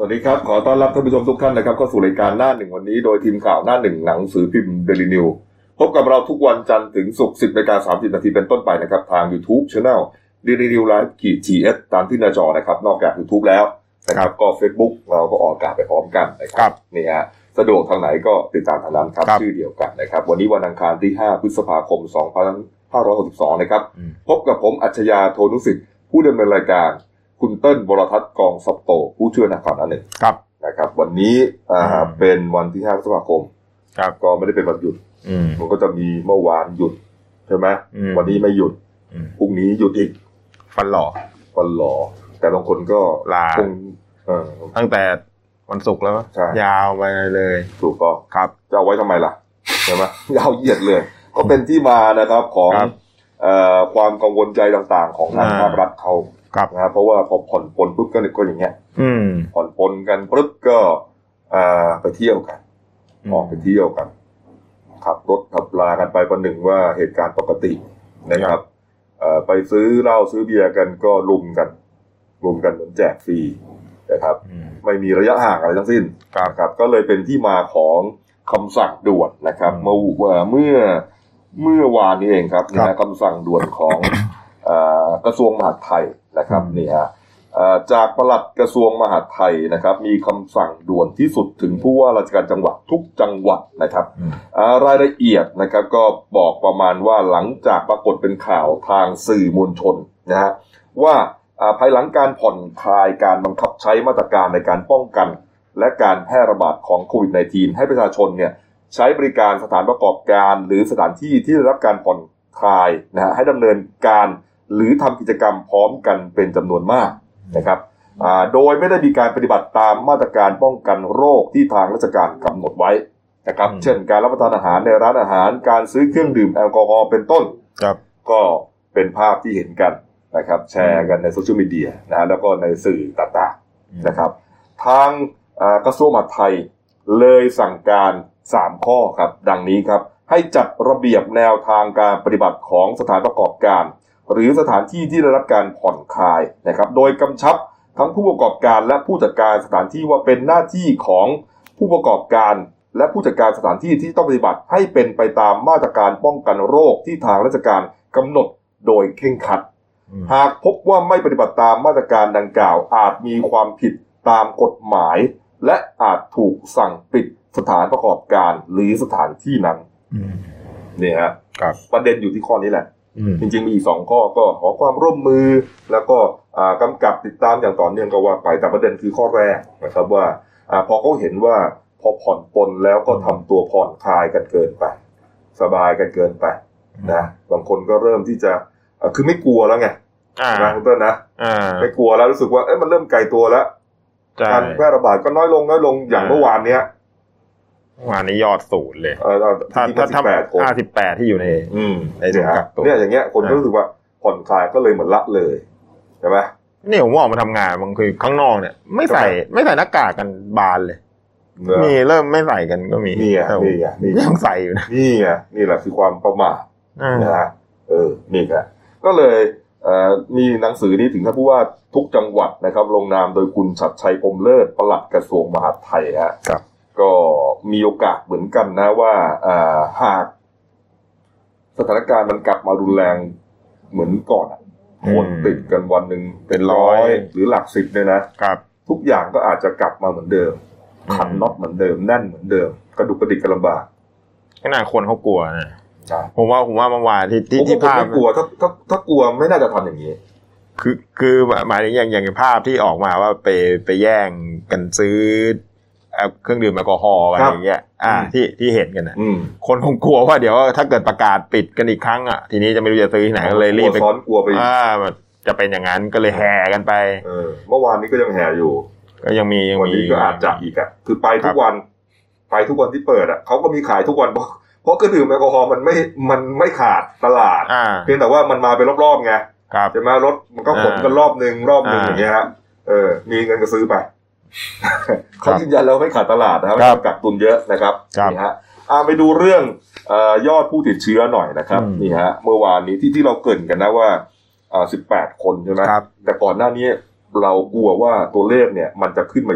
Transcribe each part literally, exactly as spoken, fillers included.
วัสดีครับขอต้อนรับท่านผู้ชมทุกท่านนะครับเข้าสู่รายการหน้าหนึ่งวันนี้โดยทีมข่าวหน้าหนึ่งหนังสือพิมพ์ Daily News พบกับเราทุกวันจันทร์ถึงศุกร์ สิบนาฬิกาสามสิบนาทีเป็นต้นไปนะครับทาง YouTube Channel Daily News Live ที เอส ตามที่หน้าจอนะครับนอกจาก YouTube แล้วนะครับก็ Facebook เราก็ออกอากาศไปพร้อมกันนะครับนี่ฮะสะดวกทางไหนก็ติดตามทางนั้นครับชื่อเดียวกันนะครับวันนี้วันอังคารที่ห้าพฤษภาคมสองพันห้าร้อยหกสิบสองนะครับพบกับผมอัจฉริยะโทนุสิทธิ์ผู้ดำเนินรายการคุณเติ้ลวรทัศน์กองซับโตผู้ช่วยนักข่าวหน้าหนึ่งครับนะครับวันนี้อ่าเป็นวันที่ห้าพฤษภาคมครับก็ไม่ได้เป็นวันหยุดมันก็จะมีเมื่อวานหยุดใช่ไหมวันนี้ไม่หยุดพรุ่งนี้หยุดอีกฟันหล่อฟันหล่อแต่บางคนก็ลาคงเออตั้งแต่วันศุกร์แล้วยาวไปเลยถูกก็ครับจะเอาไว้ทำไมล่ะใช่ไหมยาวเหยียดเลยก็เป็นที่มานะครับของเอ่อความกังวลใจต่างๆของทางภาครัฐเขานะเพราะว่าพอผ่อนปลนปุ๊บก็ก็อย่างเงี้ยผ่อนปลนกันปุ๊บก็อ่าไปเที่ยวกันออกไปเที่ยวกันขับรถขับลากันไปประหนึ่งว่าเหตุการณ์ปกตินะครับเอ่อไปซื้อเหล้าซื้อเบียร์กันก็ลุมกันลุมกันเหมือนแจกฟรีนะครับไม่มีระยะห่างอะไรทั้งสิ้นครับก็เลยเป็นที่มาของคำสั่งด่วนนะครับเมื่อเมื่อเมื่อวานนี้เองครับนะคำสั่งด่วนของกระทรวงมหาดไทยนะครับนี่ฮะจากปลัดกระทรวงมหาดไทยนะครับมีคำสั่งด่วนที่สุดถึงผู้ว่าราชการจังหวัดทุกจังหวัดนะครับรายละเอียดนะครับก็บอกประมาณว่าหลังจากปรากฏเป็นข่าวทางสื่อมวลชนนะฮะว่าภายหลังการผ่อนคลายการบังคับใช้มาตรการในการป้องกันและการแพร่ระบาดของโควิด สิบเก้า ให้ประชาชนเนี่ยใช้บริการสถานประกอบการหรือสถานที่ที่ได้รับการผ่อนคลายนะฮะให้ดำเนินการหรือทำกิจกรรมพร้อมกันเป็นจำนวนมากนะครับโดยไม่ได้มีการปฏิบัติตามมาตรการป้องกันโรคที่ทางราชการกำหนดไว้นะครับเช่นการรับประทานอาหารในร้านอาหารการซื้อเครื่องดื่มแอลกอฮอล์เป็นต้นก็เป็นภาพที่เห็นกันนะครับแชร์กันในโซเชียลมีเดียนะแล้วก็ในสื่อต่างๆนะครับทางกระทรวงมหาดไทยเลยสั่งการสามข้อครับดังนี้ครับให้จัดระเบียบแนวทางการปฏิบัติของสถานประกอบการหรือสถานที่ที่ได้รับการผ่อนคลายนะครับโดยกำชับทั้งผู้ประกอบการและผู้จัดการสถานที่ว่าเป็นหน้าที่ของผู้ประกอบการและผู้จัดการสถานที่ที่ต้องปฏิบัติให้เป็นไปตามมาตรการป้องกันโรคที่ทางราชการกำหนดโดยเคร่งครัดหากพบว่าไม่ปฏิบัติตามมาตรการดังกล่าวอาจมีความผิดตามกฎหมายและอาจถูกสั่งปิดสถานประกอบการหรือสถานที่นั้นนี่ฮะประเด็นอยู่ที่ข้อนี้แหละจริงๆมีอีกสองข้อก็ขอความร่วมมือแล้วก็กำกับติดตามอย่างต่อเนื่องก็ว่าไปแต่ประเด็นคือข้อแรกนะครับว่าพอเขาเห็นว่าพอผ่อนปลนแล้วก็ทำตัวผ่อนคลายกันเกินไปสบายกันเกินไปนะบางคนก็เริ่มที่จะคือไม่กลัวแล้วไงนะคุณเติ้ลนะไม่กลัวแล้วรู้สึกว่าเอ้ยมันเริ่มไกลตัวแล้วการแพร่ระบาดก็น้อยลงน้อยลงอย่างเมื่อวานเนี้ยเมื่อวานนี้ยอดศูนย์เลยถ้าถ้าห้าสิบแปดที่อยู่ในในเนี่ยเนี่ยอย่างเงี้ยคนก็รู้สึกว่าผ่อนคลายก็เลยเหมือนละเลยใช่ไหมนี่ผมออกมาทำงานบางคือข้างนอกเนี่ยไม่ใส่ไม่ใส่หน้ากากกันบานเลยมีเริ่มไม่ใส่กันก็มีนี่ไงนี่ไงนี่ยังใส่อยู่นะนี่ไงนี่แหละคือความประมาทนะฮะเออนี่แหละก็เลยมีหนังสือนี้ถึงท่านผู้ว่าทุกจังหวัดนะครับลงนามโดยคุณชัดชัยพรหมเลิศปลัดกระทรวงมหาดไทยฮะก็มีโอกาสเหมือนกันนะว่าหากสถานการณ์มันกลับมารุนแรงเหมือนก่อนคนติดกันวันหนึ่งเป็นร้อยหรือหลักสิบเนี่ยนะครับทุกอย่างก็อาจจะกลับมาเหมือนเดิมขันน็อตเหมือนเดิมแน่นเหมือนเดิมกระดุกกระดิกกันลำบากขนาดคนเขากลัวนะผมว่าผมว่าเมื่อวานที่ที่ที่ภาพไม่กลัวถ้าถ้าถ้ากลัวไม่น่าจะทำอย่างนี้คือคือหมายถึงอย่างอย่างภาพที่ออกมาว่าไปไปแย่งกันซื้อเครื่องดื่มแอลกอฮอล์อะไรอย่างเงี้ยอ่าที่ที่เห็นกันนะคนคงกลัวว่าเดี๋ยวถ้าเกิดประกาศปิดกันอีกครั้งอ่ะทีนี้จะไม่รู้จะซื้อที่ไหนก็เลยรีบไปซ้อนกลัวไปอ่าจะเป็นอย่างนั้นก็เลยแห่กันไปเออเมื่อวานนี้ก็ยังแห่อยู่ก็ยังมียังมีวันนี้ก็อาจจะอีกอ่ะคือไปทุกวันไปทุกวันที่เปิดอ่ะเขาก็มีขายทุกวันเพราะเพราะเครื่องดื่มแอลกอฮอล์มันไม่มันไม่ขาดตลาดเพียงแต่ว่ามันมาเป็นรอบๆไงใช่ไหมรถมันก็ขนกันรอบนึงรอบนึงอย่างเงี้ยฮะเออมีเงินก็ซื้อไปเขายืนยันแล้วไม่ขาดตลาดนะครับกักตุนเยอะนะครับนี่ฮะอ่าไปดูเรื่องเอ่อยอดผู้ติดเชื้อหน่อยนะครับนี่ฮะเมื่อวานนี้ที่ที่เราเกริ่นกันนะว่าอ่าสิบแปดคนใช่ไหมแต่ก่อนหน้านี้เรากลัวว่าตัวเลขเนี่ยมันจะขึ้นมาเยอะ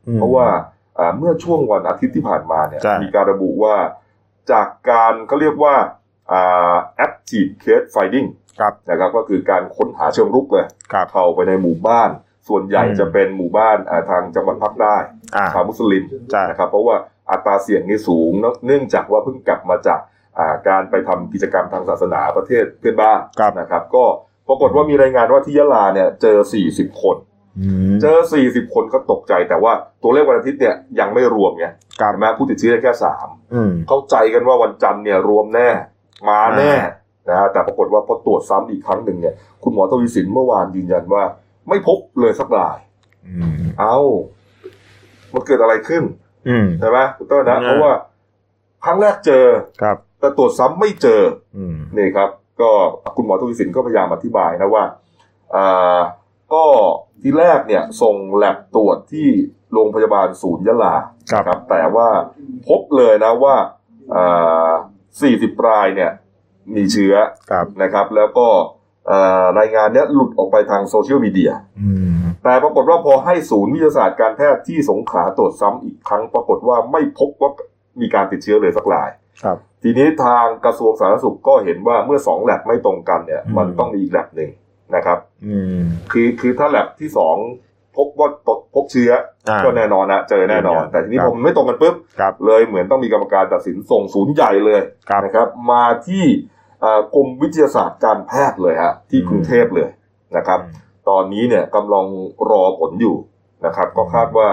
เพราะว่าเมื่อช่วงวันอาทิตย์ที่ผ่านมาเนี่ยมีการระบุว่าจากการเขาเรียกว่า active case finding นะครับก็คือการค้นหาเชิงรุกเลยเข้าไปในหมู่บ้านส่วนใหญ่จะเป็นหมู่บ้านทางจังหวัดภาคใต้ชาวมุสลิมนะครับเพราะว่าอัตราเสี่ยงนี่สูงเนื่องจากว่าเพิ่งกลับมาจากการไปทำกิจกรรมทางศาสนาประเทศเพื่อนบ้านนะครับก็ปรากฏว่ามีรายงานว่าที่ยะลาเนี่ยเจอสี่สิบคนเจอสี่สิบคนก็ตกใจแต่ว่าตัวเลขวันอาทิตย์เนี่ยยังไม่รวมไงใช่ไหมผู้ติดเชื้อแค่สามเข้าใจกันว่าวันจันทร์เนี่ยรวมแน่มาแน่นะฮะแต่ปรากฏว่าพอตรวจซ้ำอีกครั้งหนึ่งเนี่ยคุณหมอทวีสินเมื่อวานยืนยันว่าไม่พบเลยสักรายเอ้ามันเกิดอะไรขึ้นใช่ไหมคุณต้นนะเพราะว่าครั้งแรกเจอแต่ตรวจซ้ำไม่เจอนี่ครับก็คุณหมอทวีสินก็พยายามอธิบายนะว่าอ่าก็ทีแรกเนี่ยส่งแลบตรวจที่โรงพยาบาลศูนย์ยะลาครับแต่ว่าพบเลยนะว่าอ่าสี่สิบรายเนี่ยมีเชื้อนะครับแล้วก็รายงานเนี้ยหลุดออกไปทางโซเชียลมีเดียแต่ปรากฏว่าพอให้ศูนย์วิทยาศาสตร์การแพทย์ที่สงขลาตรวจซ้ำอีกครั้งปรากฏว่าไม่พบว่ามีการติดเชื้อเลยสักรายทีนี้ทางกระทรวงสาธารณสุขก็เห็นว่าเมื่อสองแลบไม่ตรงกันเนี่ยมันต้องมีอีกแลบหนึ่งนะครับคือคือถ้าแลบที่สองพบว่าพบเชื้อก็แน่นอนนะเจอแน่นอนแต่ทีนี้พอมันไม่ตรงกันปุ๊บเลยเหมือนต้องมีกรรมการตัดสินส่งศูนย์ใหญ่เลยนะครับมาที่กรมวิทยาศาสตร์การแพทย์เลยฮะที่กรุงเทพเลยนะครับตอนนี้เนี่ยกำลังรอผลอยู่นะครับก็คาดว่า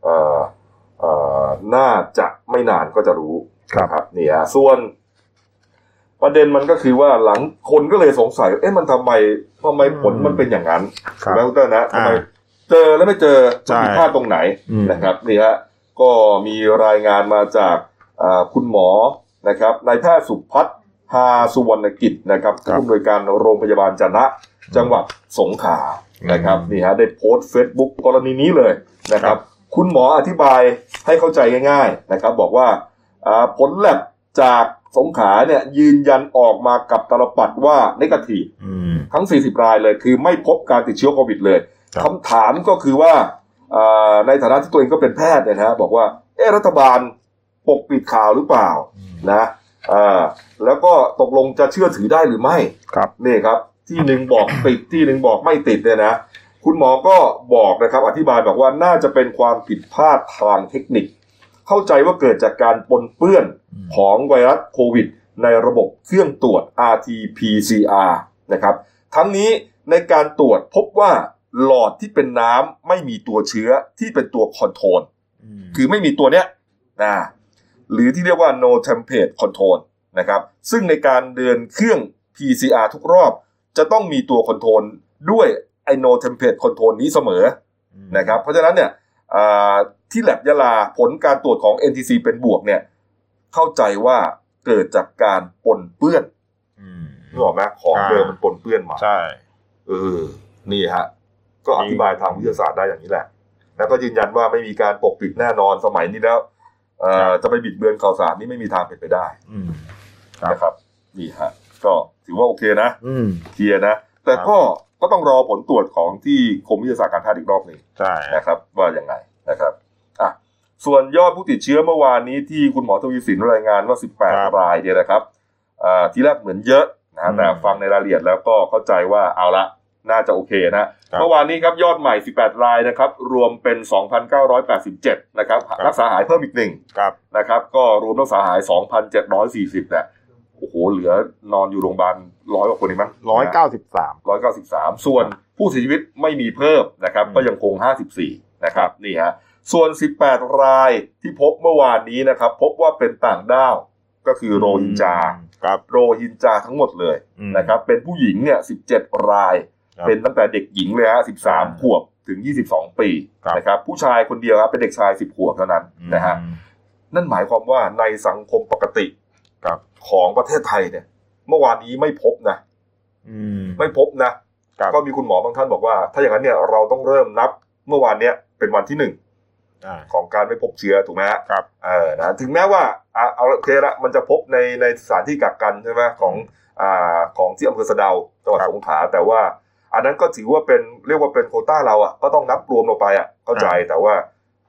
น่าจะไม่นานก็จะรู้นะครับเนี่ยส่วนประเด็นมันก็คือว่าหลังคนก็เลยสงสัยเอ๊ะมันทำไมทำไมผลมันเป็นอย่างนั้นใช่ไหมคุณเต้นะทำไมเจอแล้วไม่เจอผิดพลาดตรงไหนนะครับนี่ฮะก็มีรายงานมาจากคุณหมอนะครับนายแพทย์สุพัฒน์ฮาสุวรรณกิจนะครับผู้อำนวยการโรงพยาบาลจะนะจังหวัดสงขลานะครับนี่ฮะได้โพสต์ Facebook กรณีนี้เลยนะครับคุณหมออธิบายให้เข้าใจง่ายๆนะครับบอกว่าผลแลบจากสงขลาเนี่ยยืนยันออกมากับตลปัดว่าเนกาทีฟทั้งสี่สิบรายเลยคือไม่พบการติดเชื้อโควิดเลยคำถามก็คือว่าในฐานะที่ตัวเองก็เป็นแพทย์เนี่ยนะบอกว่าเอ๊ะรัฐบาลปกปิดข่าวหรือเปล่านะแล้วก็ตกลงจะเชื่อถือได้หรือไม่ครับนี่ครับที่หนึ่งบอกติดที่หนึ่งบอกไม่ติดเนี่ยนะคุณหมอก็บอกนะครับอธิบายบอกว่าน่าจะเป็นความผิดพลาดทางเทคนิคเข้าใจว่าเกิดจากการปนเปื้อนของไวรัสโควิดในระบบเครื่องตรวจ อาร์ ที พี ซี อาร์ นะครับทั้งนี้ในการตรวจพบว่าหลอดที่เป็นน้ำไม่มีตัวเชื้อที่เป็นตัวคอนโทรลคือไม่มีตัวเนี้ยนะหรือที่เรียกว่า no temperature control นะครับซึ่งในการเดินเครื่อง พี ซี อาร์ ทุกรอบจะต้องมีตัวคอนโทรลด้วยไอ้ no temperature control นี้เสมอนะครับเพราะฉะนั้นเนี่ยที่แลบยะลาผลการตรวจของ เอ็น ที ซี เป็นบวกเนี่ยเข้าใจว่าเกิดจากการปนเปื้อนนึกออกไหมของเดิมมันปนเปื้อนมาใช่เออนี่ฮะก็อธิบายทางวิทยาศาสตร์ได้อย่างนี้แหละแล้วก็ยืนยันว่าไม่มีการปกปิดแน่นอนสมัยนี้แล้วจะไปบิดเบือนข่าวสารนี่ไม่มีทางเป็นไปได้นะครับนี่ฮะก็ถือว่าโอเคนะเคลียร์นะแต่ก็ก็ต้องรอผลตรวจของที่กรมวิทยาศาสตร์การแพทย์อีกรอบนึงนะครับว่ายังไงนะครับอ่ะส่วนยอดผู้ติดเชื้อเมื่อวานนี้ที่คุณหมอทวีสินรายงานว่าสิบแปดรายเนี่ยนะครับอ่าทีแรกเหมือนเยอะนะแต่ฟังในรายละเอียดแล้วก็เข้าใจว่าเอาละน่าจะโอเคนะเมื่อวานนี้ครับยอดใหม่สิบแปดรายนะครับรวมเป็น สองพันเก้าร้อยแปดสิบเจ็ด นะครับรักษาหายเพิ่มอีกหนึ่งนะครับก็รวมรักษาหาย สองพันเจ็ดร้อยสี่สิบ เนี่ยโอ้โหเหลือนอนอยู่โรงพยาบาลร้อยกว่าคนเองมั้งหนึ่งร้อยเก้าสิบสามหนึ่งร้อยเก้าสิบสามส่วนผู้เสียชีวิตไม่มีเพิ่มนะครับก็ยังคงห้าสิบสี่นะครับนี่ฮะส่วนสิบแปดรายที่พบเมื่อวานนี้นะครับพบว่าเป็นต่างด้าวก็คือโรฮิงญาโรฮิงญาทั้งหมดเลยนะครับเป็นผู้หญิงเนี่ยสิบเจ็ดรายเป็นตั้งแต่เด็กหญิงเลยฮะสิบสามขวบถึงยี่สิบสองปีนะครับผู้ชายคนเดียวครับเป็นเด็กชายสิบขวบเท่านั้นนะฮะนั่นหมายความว่าในสังคมปกติของประเทศไทยเนี่ยเมื่อวานนี้ไม่พบนะไม่พบนะก็มีคุณหมอบางท่านบอกว่าถ้าอย่างนั้นเนี่ยเราต้องเริ่มนับเมื่อวานเนี้ยเป็นวันที่หนึ่งของการไม่พบเชื้อถูกไหมครับเออนะถึงแม้ว่าเอาโอเคละมันจะพบในในสถานที่กักกันใช่ไหมของอ่าของที่อำเภอสะเดาจังหวัดสงขลาแต่ว่าอันนั้นก็ถือว่าเป็นเรียกว่าเป็นโควต้าเราอ่ะก็ต้องนับรวมลงไปอ่ะเข้าใจแต่ว่า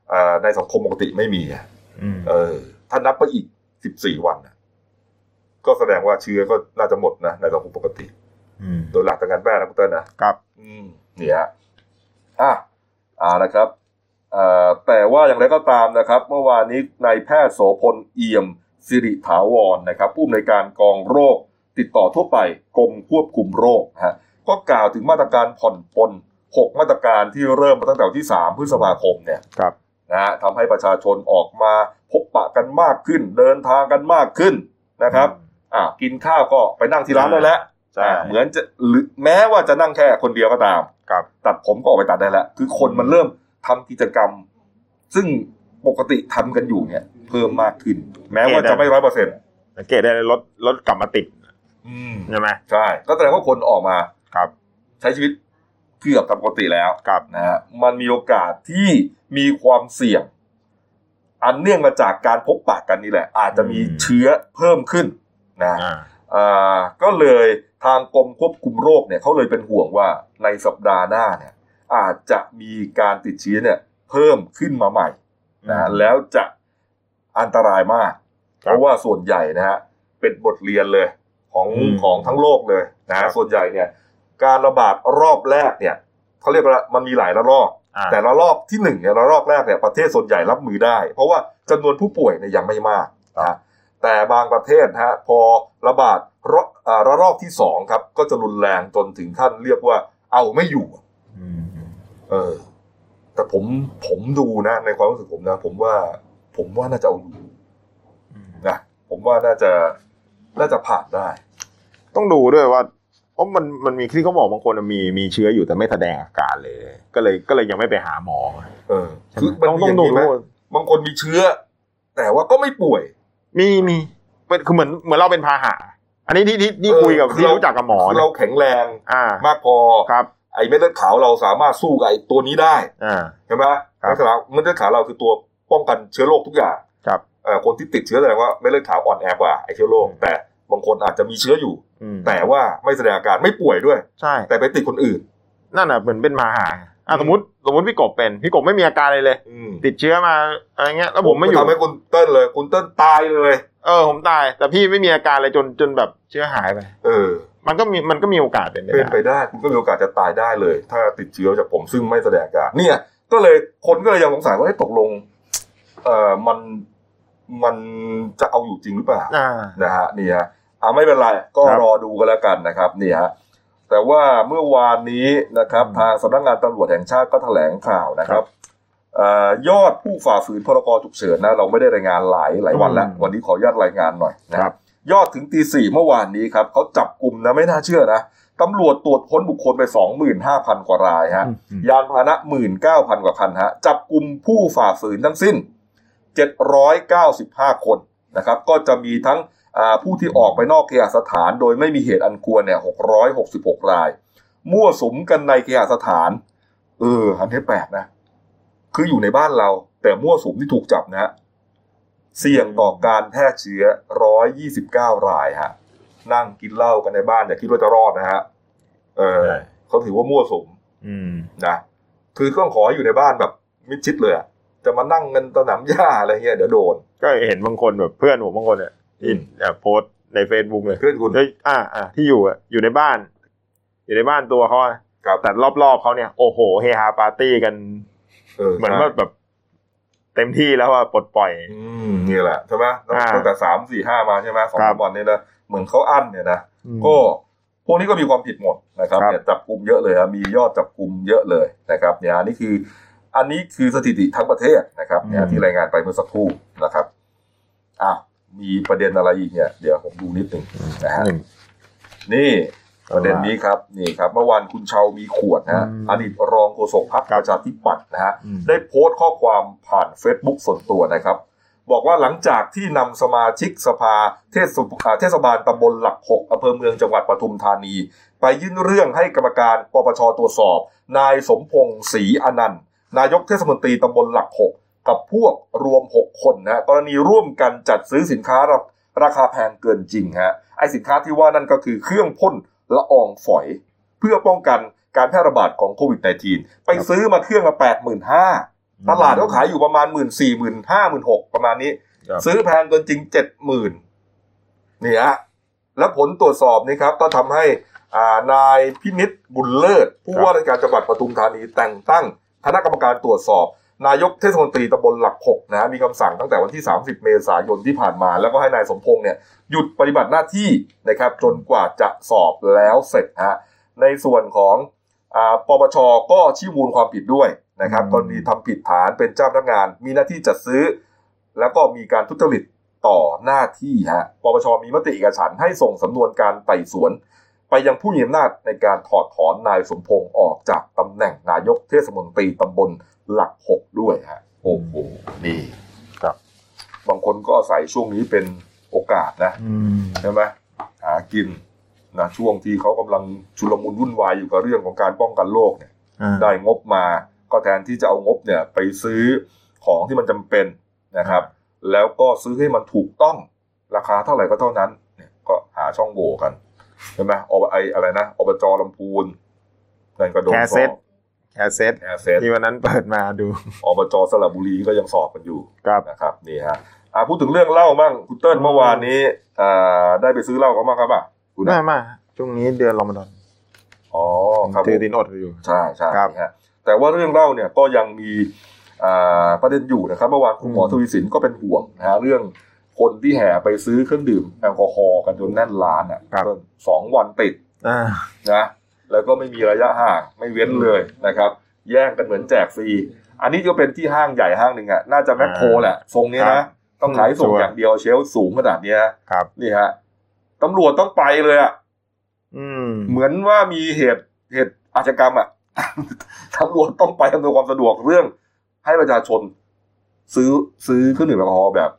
ในสังคมปกติไม่มีเออถ้านับไปอีกสิบสี่วันก็แสดงว่าเชื้อก็น่าจะหมดนะในสังคมปกติโดยหลักทางการแพทย์นะคุณเต้นนะครับอืมเนี่ยอ่ะอ่านะครับอ่าแต่ว่าอย่างไรก็ตามนะครับเมื่อวานนี้นายแพทย์โสพลเอี่ยมสิริถาวรนะครับผู้อำนวยการกองโรคติดต่อทั่วไปกรมควบคุมโรคนะฮะก็กล่าวถึงมาตรการผ่อนปลนหกมาตรการที่เริ่มมาตั้งแต่วันที่สามพฤษภาคมเนี่ยครับนะฮะทำให้ประชาชนออกมาพบปะกันมากขึ้นเดินทางกันมากขึ้นนะครับอ่ากินข้าวก็ไปนั่งที่ร้านได้แล้วเหมือนจะแม้ว่าจะนั่งแค่คนเดียวก็ตามครับตัดผมก็ออกไปตัดได้แล้วคือคนมันเริ่มทำกิจกรรมซึ่งปกติทำกันอยู่เนี่ยเพิ่มมากขึ้นแม้ว่าจะไม่ร้อยเปอร์เซ็นต์สังเกตได้รถรถกลับมาติดใช่ไหมใช่ก็แสดงว่าคนออกมาครับใช้ชีวิตเกือบปกติแล้วนะฮะมันมีโอกาสที่มีความเสี่ยงอันเนื่องมาจากการพบปะกันนี่แหละอาจจะมีเชื้อเพิ่มขึ้นนะอ่าก็เลยทางกรมควบคุมโรคเนี่ยเขาเลยเป็นห่วงว่าในสัปดาห์หน้าเนี่ยอาจจะมีการติดเชื้อเนี่ยเพิ่มขึ้นมาใหม่นะแล้วจะอันตรายมากเพราะว่าส่วนใหญ่นะฮะเป็นบทเรียนเลยของของทั้งโลกเลยนะส่วนใหญ่เนี่ยการระบาดรอบแรกเนี่ยเขาเรียกว่ามันมีหลายระลอกแต่ระลอกที่หนึ่งเนี่ยระลอกแรกเนี่ยประเทศส่วนใหญ่รับมือได้เพราะว่าจำนวนผู้ป่วยเนี่ยยังไม่มากนะแต่บางประเทศฮะพอระบาดระระลอกที่สองครับก็จะรุนแรงจนถึงขั้นเรียกว่าเอาไม่อยู่เออแต่ผมผมดูนะในความรู้สึกผมนะผมว่าผมว่าน่าจะเอาอยู่นะผมว่าน่าจะน่าจะผ่านได้ต้องดูด้วยว่าเพราะมันมันมีที่เขาบอกบางคนมีมีเชื้ออยู่แต่ไม่แสดงอาการเลยก็เลยก็เลยยังไม่ไปหาหมอเออคือต้องต้องดูมั้ยบางคนมีเชื้อแต่ว่าก็ไม่ป่วยมีมีเป็นคือเหมือนเหมือนเราเป็นพาหะอันนี้ที่ที่ที่คุยกับที่รู้จักกับหมอเราแข็งแรงมากพอครับไอ้เม็ดเลือดขาวเราสามารถสู้กับไอ้ตัวนี้ได้ใช่ไหมเม็ดเลือดขาวเม็ดเลือดขาวเราคือตัวป้องกันเชื้อโรคทุกอย่างครับเอ่อคนที่ติดเชื้อแสดงว่าเม็ดเลือดขาวอ่อนแอกว่าไอ้เชื้อโรคแต่บางคนอาจจะมีเชื้ออยู่แต่ว่าไม่แสดงอาการไม่ป่วยด้วยใช่แต่ไปติดคนอื่นนั่นน่ะเหมือนเป็นพาหะอ่ะสมมติสมมติพี่กบเป็นพี่กบไม่มีอาการอะไรเลยติดเชื้อมาอะไรเงี้ยแล้วผมไม่อยู่ทำให้คุณเติ้ลเลยคุณเติ้ลตายเลยเออผมตายแต่พี่ไม่มีอาการอะไรจนจนแบบเชื้อหายไปเออมันก็มีมันก็มีโอกาสเป็นไปได้เป็นไปได้คุณก็มีโอกาสจะตายได้เลยถ้าติดเชื้อจากผมซึ่งไม่แสดงอาการเนี่ยก็เลยคนก็เลยยังสงสัยว่าให้ตกลงเอ่อมันมันจะเอาอยู่จริงหรือเปล่านะฮะนี่ฮะอ่าไม่เป็นไรก็รอดูกันแล้วกันนะครับนี่ฮะแต่ว่าเมื่อวานนี้นะครับทางสำนักงานตำรวจแห่งชาติก็แถลงข่าวนะครับยอดผู้ฝ่าฝืนพรกฉุกเฉินนะเราไม่ได้รายงานหลายหลายวันแล้ววันนี้ขออนุญาตรายงานหน่อยนะครับยอดถึงตีสี่เมื่อวานนี้ครับเขาจับกลุ่มนะไม่น่าเชื่อนะตำรวจตรวจค้นบุคคลไป สองหมื่นห้าพัน กว่ารายฮะยานพาหนะ หนึ่งหมื่นเก้าพัน กว่าคันฮะจับกลุ่มผู้ฝ่าฝืนทั้งสิ้นเจ็ดร้อยเก้าสิบห้าคนนะครับก็จะมีทั้งผู้ที่ออกไปนอกเคหสถานโดยไม่มีเหตุอันควรเนี่ยหกร้อยหกสิบหกรายมั่วสุมกันในเคหสถานเอออันนี้แปลกนะคืออยู่ในบ้านเราแต่มั่วสุมที่ถูกจับนะฮะเสี่ยงต่อการแพร่เชื้อหนึ่งร้อยยี่สิบเก้ารายฮะนั่งกินเหล้ากันในบ้านอย่าคิดว่าจะรอดนะฮะเออเขาถือว่ามั่วสุมนะคือต้องขออยู่ในบ้านแบบมิดชิดเลยอ่ะจะมานั่งกันสนามหญ้าอะไรเงี้ยเดี๋ยวโดนก็เห็นบางคนแบบเพื่อนผมบางคนเนี่ยที่โพสต์ใน Facebook เลยเพื่อนคุณเฮ้ยอ่าอ่าที่อยู่อ่ะอยู่ในบ้านอยู่ในบ้านตัวเขาแต่รอบๆเขาเนี่ยโอ้โหเฮฮาปาร์ตี้กันเหมือนว่าแบบเต็มที่แล้วว่าปลดปล่อยอืมนี่แหละใช่ไหมตั้งแต่สาม สี่ ห้ามาใช่ไหมสองวันนี้นะเหมือนเขาอั้นเนี่ยนะก็พวกนี้ก็มีความผิดหมดนะครับเนี่ยจับกุมเยอะเลยครับมียอดจับกุมเยอะเลยนะครับเนี่ยนี่คืออันนี้คือสถิติทั้งประเทศนะครับเนี่ยที่รายงานไปเมื่อสักครู่นะครับอ่ะมีประเด็นอะไรอีกเนี่ยเดี๋ยวผมดูนิดนึงนะฮะนี่ประเด็นนี้ครับนี่ครับเมื่อวานคุณเชามีขวดนะฮะอดีตรองโฆษกพรรคประชาธิปัตย์นะฮะได้โพสต์ข้อความผ่าน Facebook ส่วนตัวนะครับบอกว่าหลังจากที่นำสมาชิกสภาเทศเทศบาลตำบลหลักหกอำเภอเมืองจังหวัดปทุมธานีไปยื่นเรื่องให้กรรมการปปชตรวจสอบนายสมพงษ์ศรีอนันต์นายกเทศมนตรีตำบลหลักหกกับพวกรวมหกคนนะกรณีร่วมกันจัดซื้อสินค้าราคาแพงเกินจริงฮะไอสินค้าที่ว่านั่นก็คือเครื่องพ่นละอองฝอยเพื่อป้องกันการแพร่ระบาดของโควิด สิบเก้า ไปซื้อมาเครื่องละ แปดหมื่นห้าพันตลาดเขาขายอยู่ประมาณ หนึ่งหมื่นสี่พัน หนึ่งหมื่นห้าพัน หนึ่งหมื่นหกพัน ประมาณนี้ซื้อแพงเกินจริง เจ็ดหมื่น นี่ฮะแล้วผลตรวจสอบนี้ครับก็ทำให้อ่านายพินิจบุญเลิศผู้ว่าราชการจังหวัดปทุมธานีแต่งตั้งคณะกรรมการตรวจสอบนายกเทศมนตรีตำบลหลักหกนะมีคำสั่งตั้งแต่วันที่สามสิบเมษายนที่ผ่านมาแล้วก็ให้นายสมพงษ์เนี่ยหยุดปฏิบัติหน้าที่นะครับจนกว่าจะสอบแล้วเสร็จฮะในส่วนของอ่าปปชก็ชี้มูลความผิดด้วยนะครับกรณีทำผิดฐานเป็นเจ้าพนักงานมีหน้าที่จัดซื้อแล้วก็มีการทุจริตต่อหน้าที่ฮะปปชมีมติเอกฉันท์ให้ส่งสำนวนการไต่สวนไปยังผู้มีอำนาจในการถอดถอนนายสมพงษ์ออกจากตำแหน่งนายกเทศมนตรีตำบลหลักหกด้วยฮะโอ้โหนี่ครับบางคนก็อาศัยช่วงนี้เป็นโอกาสนะใช่ไหมหากินนะช่วงที่เขากำลังชุลมุนวุ่นวายอยู่กับเรื่องของการป้องกันโรคเนี่ยได้งบมาก็แทนที่จะเอางบเนี่ยไปซื้อของที่มันจำเป็นนะครับแล้วก็ซื้อให้มันถูกต้องราคาเท่าไหร่ก็เท่านั้นเนี่ยก็หาช่องโหว่กันใช่ไหมอบไออะไรนะอบจ.ลำพูนนั่นก็โดนสอบแคสเซ็ตที่วันนั้นเปิดมาดูอบจ.สระบุรีก็ยังสอบกันอยู่นะครับนี่ฮะอ่าพูดถึงเรื่องเหล้ามั่งคุณเติ้ลเมื่อวานนี้อ่าได้ไปซื้อเหล้าเขาบ้างครับป่ะไม่ไม่ช่วงนี้เดือนรอมฎอนอ๋อครับถือศีลอดอยู่ใช่ใช่ครับแต่ว่าเรื่องเหล้าเนี่ยก็ยังมีอ่าประเด็นอยู่นะครับเมื่อวานคุณหมอทวีสินก็เป็นห่วงนะฮะเรื่องคนที่แห่ไปซื้อเครื่องดื่มแอลกอฮอล์กันจนแน่นร้านอ่ะสองวันติดนะแล้วก็ไม่มีระยะห่างไม่เว้นเลยนะครับแย่งกันเหมือนแจกฟรีอันนี้ก็เป็นที่ห้างใหญ่ห้างหนึ่งอ่ะน่าจะแมคโครแหละทรงนี้นะต้องขายส่งอย่างเดียวเชลฟ์สูงขนาดนี้ครับนี่ฮะตำรวจต้องไปเลยอ่ะเหมือนว่ามีเหตุเหตุอาชญากรรมอ่ะตำรวจต้องไปอำนวยความสะดวกเรื่องให้ประชาชนซื้อซื้อเครื่องดื่มแอลกอฮอล์แบบ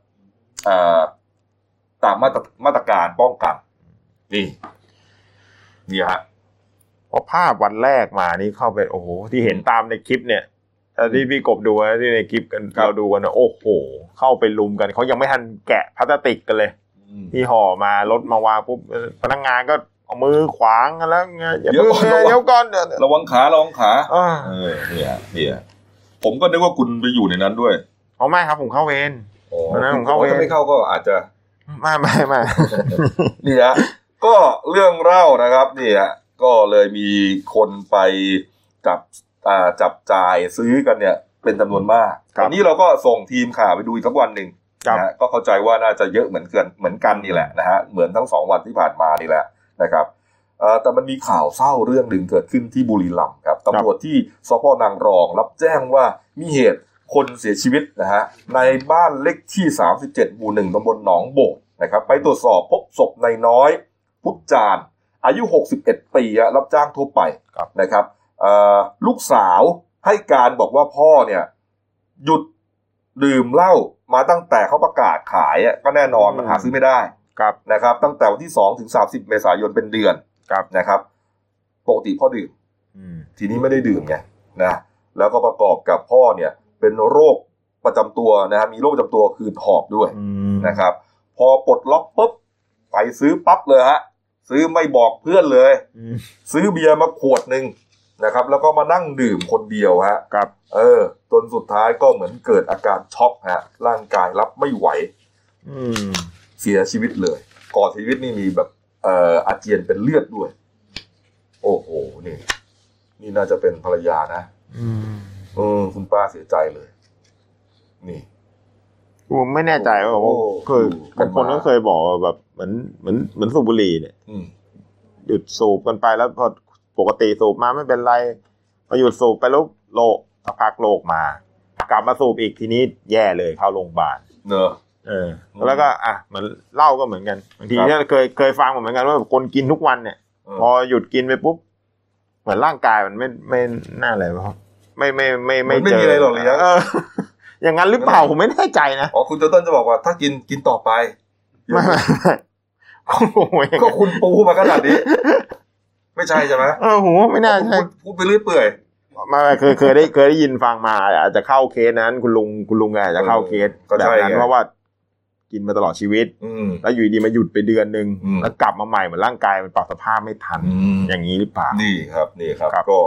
ตามมาตรมาตรการป้องกันนี่นี่ฮะพอภาพวันแรกมานี่เข้าไปโอ้โหที่เห็นตามในคลิปเนี่ยที่พี่กบดูนะที่ในคลิปกันเราดูกันนะโอ้โหเข้าไปลุมกันเขายังไม่ทันแกะพลาสติกกันเลยที่ห่อมารถมาวางปุ๊บพนักงานก็เอามือขวางกันแล้วไงอย่าเพิ่งเดี๋ยวก่อนระวังขาระวังขาเออเนี่ยเนี่ยผมก็นึกว่าคุณไปอยู่ในนั้นด้วยอ๋อไม่ครับผมเข้าเวรตอนนั้นผมเข้าเวรถ้าไม่เข้าก็อาจจะไม่ไม่ไม่นี่ฮะก็เรื่องเล่านะครับเนี่ยก็เลยมีคนไปจับอ่าจับจ่ายซื้อกันเนี่ยเป็นจำนวนมากวันนี้เราก็ส่งทีมข่าวไปดูอีกสักวันหนึ่งนะก็เข้าใจว่าน่าจะเยอะเหมือนกันเหมือนกันนี่แหละนะฮะเหมือนทั้งสองวันที่ผ่านมานี่แหละนะครับแต่มันมีข่าวเศร้าเรื่องหนึ่งเกิดขึ้นที่บุรีรัมย์ครับตำรวจที่สภ.นางรองรับแจ้งว่ามีเหตุคนเสียชีวิตนะฮะในบ้านเลขที่สามสิบเจ็ดหมู่หนึ่งตำบลหนองโบกนะครับไปตรวจสอบพบศพนายน้อยพุทธจารย์อายุหกสิบเอ็ดปีรับจ้างทั่วไปนะครับลูกสาวให้การบอกว่าพ่อเนี่ยหยุดดื่มเหล้ามาตั้งแต่เขาประกาศขายก็แน่นอนมันหาซื้อไม่ได้นะครับตั้งแต่วันที่สองถึงสามสิบเมษายนเป็นเดือนนะครับปกติพ่อดื่มทีนี้ไม่ได้ดื่มไงนะแล้วก็ประกอบกับพ่อเนี่ยเป็นโรคประจำตัวนะฮะมีโรคประจำตัวคือหอบด้วยนะครับพอปลดล็อกปุ๊บไปซื้อปั๊บเลยฮะซื้อไม่บอกเพื่อนเลยซื้อเบียร์มาขวดนึงนะครับแล้วก็มานั่งดื่มคนเดียวฮะครับเออจนสุดท้ายก็เหมือนเกิดอาการช็อกฮะร่างกายรับไม่ไหวเสียชีวิตเลยก่อนชีวิตนี่มีแบบเอ่ออาเจียนเป็นเลือดด้วยโอ้โหนี่นี่น่าจะเป็นภรรยานะอืมเออคุณป้าเสียใจเลยนี่ผมไม่แน่ใจว่าเคยบางคนก็เคยบอกว่าแบบเหมือนเหมือนเหมือนสูบบุหรี่เนี่ยหยุดสูบกันไปแล้วพอปกติสูบมาไม่เป็นไรพอหยุดสูบไปแล้วโรคพักโรคมากลับมาสูบอีกทีนี้แย่เลยเข้าโรงพยาบาลเนอะเออแล้วก็อ่ะเหมือนเหล้าก็เหมือนกันบางทีเนี่ยเคยเคยฟังเหมือนกันว่าคนกินทุกวันเนี่ยพอหยุดกินไปปุ๊บเหมือนร่างกายมันไม่ไม่น่าอะไรวะไม่ไม่ไม่ไม่เจอไม่มีอะไรหรอกเลยเอออย่างนั้นหรือเปล่าผมไม่แน่ใจนะอ๋อคุณต้นจะบอกว่าถ้ากินกินต่อไปไม่ไม่ก็คุณปูมาขนาดนี้ไม่ใช่ใช่ไหมเออโหไม่น่าใช่พูดไปเรื่อยเปื่อยมาเคยเคยได้เคยได้ยินฟังมาอาจจะเข้าเคสนั้นคุณลุงคุณลุงอาจจะเข้าเคสแบบนั้นเพราะว่ากินมาตลอดชีวิตแล้วอยู่ดีมาหยุดไปเดือนนึงแล้วกลับมาใหม่เหมือนร่างกายมันปรับสภาพไม่ทันอย่างนี้หรือเปล่านี่ครับนี่ครับก็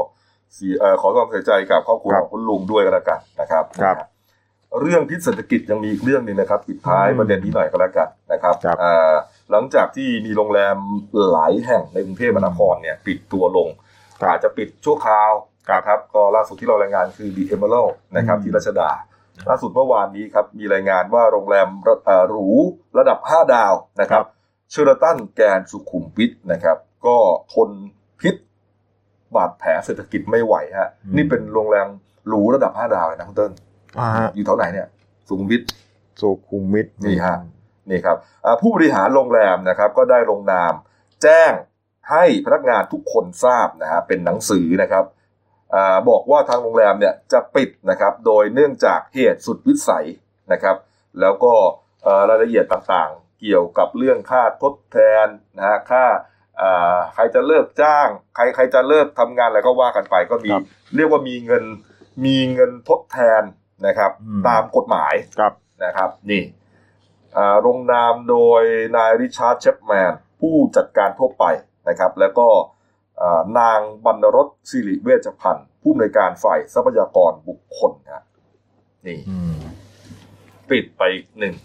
เอ่อขอความเสียใจกับครอบครัวของคุณลุงด้วยกันแล้วกันนะครับเรื่องพิษเศรษฐกิจยังมีอีกเรื่องนึงนะครับปิดท้ายประเด็นนี้หน่อยก็แล้วกันนะครับหลังจากที่มีโรงแรมหลายแห่งในกรุงเทพมหานครเนี่ยปิดตัวลงอาจจะปิดชั่วคราวครับก็ล่าสุดที่เรารายงานคือ The Emerald นะครับที่รัชดาล่าสุดเมื่อวานนี้ครับมีรายงานว่าโรงแรมหรูระดับห้าดาวนะครับเชอราตันแกรนด์สุขุมวิทนะครับก็ทนพิษบาดแผลเศรษฐกิจไม่ไหวฮะนี่เป็นโรงแรมหรูระดับห้าดาวเลยนะคุณเติ้ลอยู่แถวไหนเนี่ยสุขุมวิทสุขุมวิทนี่ฮะนี่ครับผู้บริหารโรงแรมนะครับก็ได้ลงนามแจ้งให้พนักงานทุกคนทราบนะฮะเป็นหนังสือนะครับอ่าบอกว่าทางโรงแรมเนี่ยจะปิดนะครับโดยเนื่องจากเหตุสุดวิสัยนะครับแล้วก็รายละเอียดต่างๆเกี่ยวกับเรื่องค่าทดแทนนะฮะค่าอ่าใครจะเลิกจ้างใครใครจะเลิกทำงานอะไรก็ว่ากันไปก็มีเรียกว่ามีเงินมีเงินทดแทนนะครับตามกฎหมายนะครับนี่ลงนามโดยนายริชาร์ดเชฟแมนผู้จัดการทั่วไปนะครับแล้วก็นางบรรณรสศิริเวชพันธ์ผู้อำนวยการฝ่ายทรัพยากรบุคคลนะนี่ปิดไปหนึ่ง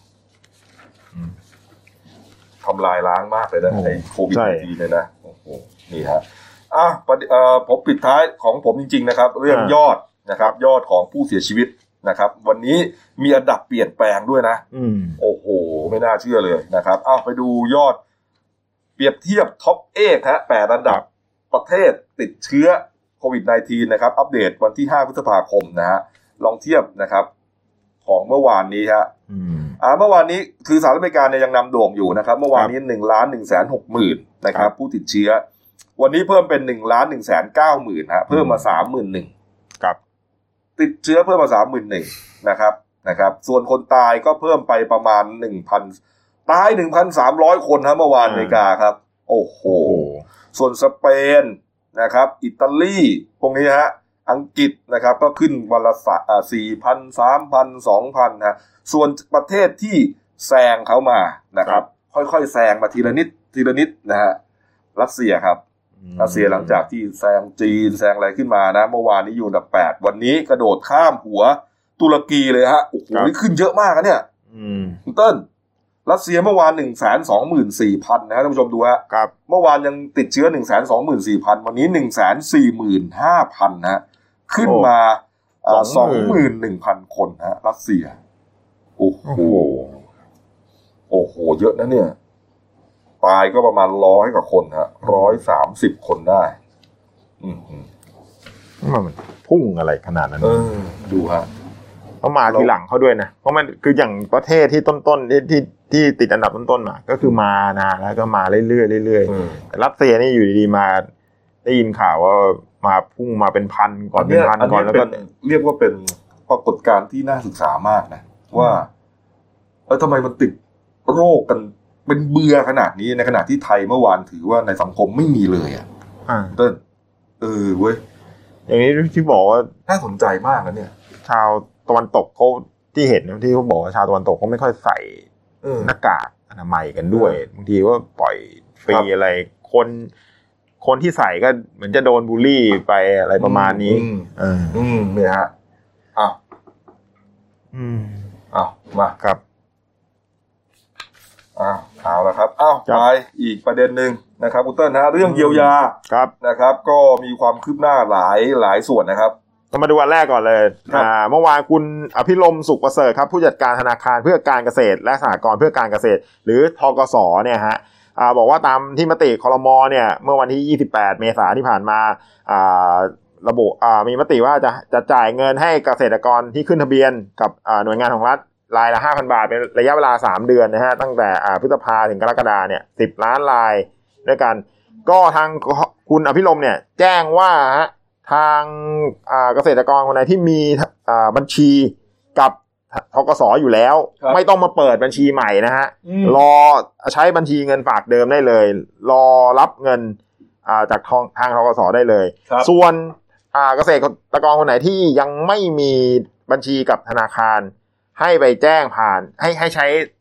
ทำลายล้างมากเลยนะไอ้โควิดสิบเก้าเลยนะโอ้โหนี่ฮะอ่ะผมปิดท้ายของผมจริงๆนะครับเรื่องยอดนะครับยอดของผู้เสียชีวิตนะครับวันนี้มีอันดับเปลี่ยนแปลงด้วยนะโอ้โหไม่น่าเชื่อเลยนะครับอ้าวไปดูยอดเปรียบเทียบท็อปเอ็กฮะแปดอันดับประเทศติดเชื้อโควิด สิบเก้า นะครับอัปเดตวันที่ห้าพฤษภาคมนะฮะลองเทียบนะครับของเมื่อวานนี้ฮะอ่าเมื่อวานนี้คือสหรัฐอเมริกาเนี่ยยังนำโด่งอยู่นะครับเมื่อวานนี้ หนึ่งล้านหนึ่งแสนหกหมื่น นะครับผู้ติดเชื้อวันนี้เพิ่มเป็น หนึ่งล้านหนึ่งแสนเก้าหมื่น ฮะเพิ่มมา สามหมื่นหนึ่งพัน ครับติดเชื้อเพิ่มมา สามหมื่นหนึ่งพัน นะครับนะครับส่วนคนตายก็เพิ่มไปประมาณ หนึ่งพัน ตาย หนึ่งพันสามร้อย คนฮะเมื่อวานอเมริกาครับโอ้โหส่วนสเปนนะครับอิตาลีพวกนี้ฮะอังกฤษนะครับก็ขึ้นวันละ สี่พัน สามพัน สองพัน ฮะส่วนประเทศที่แซงเขามานะครับค่อยๆแซงมาทีละนิดทีละนิดนะฮะรัสเซียครับรัสเซียหลังจากที่แซงจีนแซงอะไรขึ้นมานะเมื่อวานนี้อยู่อันดับแปดวันนี้กระโดดข้ามหัวตุรกีเลยฮะโอ้โหขึ้นเยอะมากนะเนี่ยคุณเติ้ลรัสเซียเมื่อวาน หนึ่งแสนสองหมื่นสี่พัน นะฮะท่านผู้ชมดูฮะครับเมื่อวานยังติดเชื้อ หนึ่งแสนสองหมื่นสี่พัน วันนี้ หนึ่งแสนสี่หมื่นห้าพัน นะฮะขึ้นมาสองหมื่นหนึ่งพัน คนฮะรัสเซียโอ้โหโอ้โหเยอะนะเนี่ยตายก็ประมาณร้อยกว่าคนฮะหนึ่งร้อยสามสิบคนได้อืมมันพุ่งอะไรขนาดนั้นเออดูฮะเขามาทีหลังเขาด้วยนะเพราะมันคืออย่างประเทศที่ต้นๆที่ที่ที่ติดอันดับต้นๆมาก็คือมานานแล้วก็มาเรื่อยๆเรื่อยๆแต่รัสเซียนี่อยู่ดีๆมาได้ยินข่าวว่ามาพุ่งมาเป็นพันก่อนเป็นพันก่อนแล้วก็เรียกว่าเป็นปรากฏการณ์ที่น่าศึกษามากนะว่าเออทำไมมันติดโรคกันเป็นเบื่อขนาดนี้ในขณะที่ไทยเมื่อวานถือว่าในสังคมไม่มีเลยอ่ะเติ้ลเออเว้ยอย่างนี้ที่บอกว่าน่าสนใจมากนะเนี่ยชาวตะวันตกเขาที่เห็นที่เขาบอกว่าชาวตะวันตกเขาไม่ค่อยใส่หน้ากากอนามัยกันด้วยบางทีว่าปล่อยฟรีอะไรคนคนที่ใส่ก็เหมือนจะโดนบูลลี่ไปอะไรประมาณนี้เอออืมเนี่ยฮะอ้าวอืมอ้าวมาครับอ้าวเอาละครับอ้าวไปอีกประเด็นนึงนะครับคุณเติ้ลนะเรื่องเยียวยาครับนะครับก็มีความคืบหน้าหลายหลายส่วนนะครับก็มาดูวันแรกก่อนเลยอ่าเมื่อวานคุณอภิรมย์สุขประเสริฐครับผู้จัดการธนาคารเพื่อการเกษตรและสหกรณ์เพื่อการเกษตรหรือธกสเนี่ยฮะอ่าบอกว่าตามที่มติครม.เนี่ยเมื่อวันที่ยี่สิบแปดเมษายนที่ผ่านมาอ่าระบุอ่ามีมติว่าจะจะจ่ายเงินให้เกษตรกรที่ขึ้นทะเบียนกับอ่าหน่วยงานของรัฐรายละ ห้าพัน บาทเป็นระยะเวลาสามเดือนนะฮะตั้งแต่อ่าพฤษภาถึงกรกฎาคมเนี่ยสิบล้านรายด้วยกันก็ทางคุณอภิรมย์เนี่ยแจ้งว่าฮะทางเกษตรกรคนไหนที่มีบัญชีกับธกสอยู่แล้วไม่ต้องมาเปิดบัญชีใหม่นะฮะรอใช้บัญชีเงินฝากเดิมได้เลยรอรับเงินจากทางธกสได้เลยส่วนเกษตรกรคนไหนที่ยังไม่มีบัญชีกับธนาคารให้ไปแจ้งผ่านให้ให้ใช้